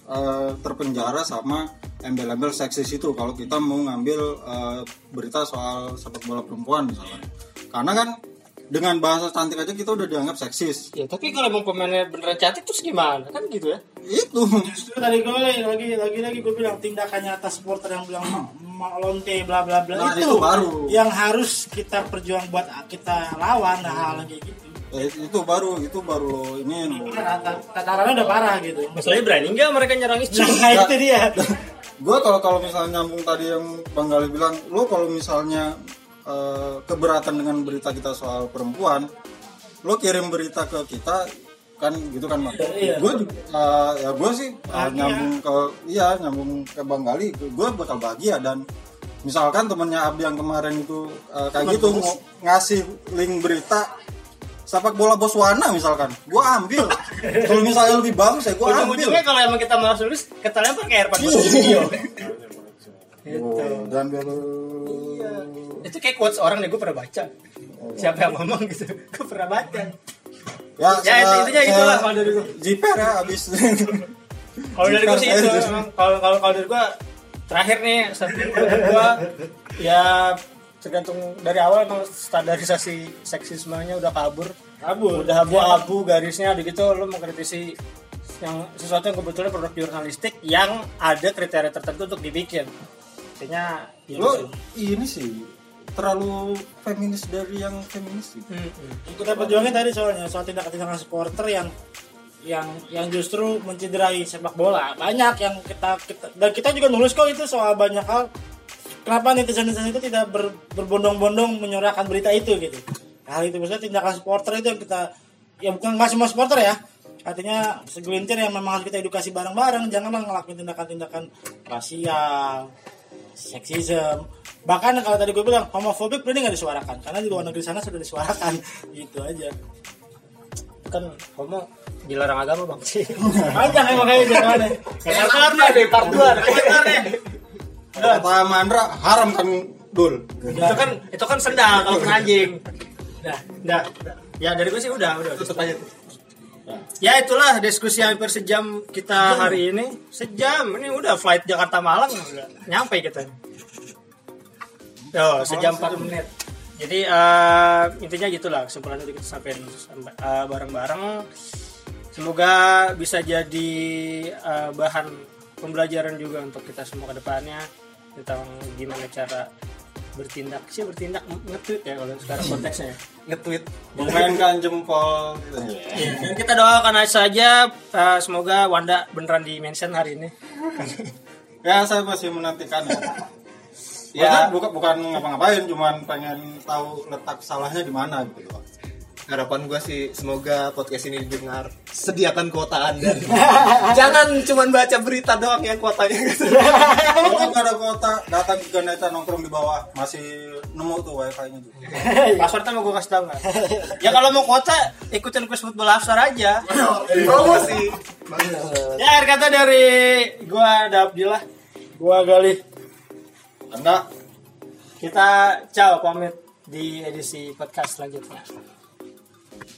uh, terpenjara sama embel-embel seksis itu kalau kita mau ngambil uh, berita soal sepak bola perempuan misalnya. Karena kan dengan bahasa cantik aja kita udah dianggap seksis.
Ya tapi kalau emang pemainnya beneran cantik terus gimana? Kan gitu ya.
Itu
Justru tadi gue lagi lagi lagi lagi gue bilang tindakannya atas supporter yang bilang mak lonte bla bla bla
Nah,
itu,
itu baru.
yang harus kita perjuang buat kita lawan hal kayak gitu.
eh, itu baru itu baru lo ini lo.
Tatarannya udah parah gitu.
Masalahnya berani nggak mereka nyerang istri?
Nah itu dia.
Gue kalau kalau misalnya nyambung tadi yang Bang Gali bilang, lo kalau misalnya uh, keberatan dengan berita kita soal perempuan, lo kirim berita ke kita kan gitu kan Bang.
Iya.
Gue uh, ya gue sih uh,
Bahagia.
nyambung ke iya nyambung ke Bang Gali, gue bakal bahagia. Dan misalkan temennya Abdi yang kemarin itu uh, kayak gitu ng- ngasih link berita sepak bola Botswana misalkan, gue ambil. Kalau misalnya lebih bagus ya gue ambil.
Ujung-ujungnya kalau emang kita malas nulis, kita lempar ke airpod buat video.
Oh, dan kalau
Itu kayak quotes orang deh, gue pernah baca. Siapa yang ngomong gitu, gue pernah baca.
ya,
Ya itu intinya itulah kalau dari gue.
Jiper ya abis.
Kalau dari gue sih
Jiper
itu,
saya
emang kalau kalau kalau dari gue terakhir nih, gue ya tergantung dari awal emang standarisasi seksismenya udah kabur,
Kabur.
udah abu-abu garisnya, udah gitu lo mengkritisi yang sesuatu yang kebetulan produk jurnalistik yang ada kriteria tertentu untuk dibikin. Artinya gitu
Lo
sih.
ini sih terlalu feminis dari yang feminis sih.
Hmm, hmm.
Kita perjuangin tadi soalnya soal tindakan-tindakan supporter yang yang yang justru mencederai sepak bola. Banyak yang kita, kita dan kita juga nulis kok itu soal banyak hal. Kenapa netizen-netizen itu tidak ber, berbondong-bondong menyuarakan berita itu gitu. Hal itu maksudnya tindakan supporter itu yang kita, ya bukan nggak semua supporter ya. Artinya segelintir yang memang harus kita edukasi bareng-bareng. Janganlah ngelakuin tindakan-tindakan rasial, seksisme. Bahkan kalau tadi gue bilang homofobik berarti nggak disuarakan karena di luar negeri sana sudah disuarakan. Gitu aja.
Kan homo dilarang agama bang sih.
Panjang emang kayak gitu mana.
Kelar deh, part dua. Kelar deh.
Kata Mandra haram kan dul.
Itu kan itu kan sendal kalau kena anjing.
Nah,
Udah, udah. Ya dari gue sih udah, udah.
Tutup aja.
Ya itulah diskusi hampir sejam kita hari ini. Sejam. Ini udah flight Jakarta Malang udah nyampe kita. Yo, sejam empat menit. Jadi eh, intinya gitulah kesimpulan tadi kita sampein uh, bareng-bareng. Semoga bisa jadi uh, bahan pembelajaran juga untuk kita semua ke depannya tentang gimana cara bertindak sih bertindak nge-tweet ya kalau sekarang konteksnya.
Nge-tweet.
Memainkan jempol gitu.
Dan kita doakan aja saja uh, semoga Wanda beneran di mention hari ini.
Ya saya masih menantikan ya.
Ya.
bukan bukan ngapa-ngapain, cuman pengen tahu letak salahnya di mana gitu.
Harapan gue sih semoga podcast ini didengar. Sediakan kuota Anda. Jangan cuma baca berita doang yang kuotanya.
Kalau nggak ada kuota, datang ke Ganeta nongkrong di bawah, masih nemu tuh wifi-nya juga.
Passwordnya mau gue kasih tau nggak? Ya kalau mau kuota ikutin quiz football after aja.
Promosi.
Ya akhir kata dari gue ada Abdillah, gue Gali.
Anda
Kita ciao pamit di edisi podcast selanjutnya.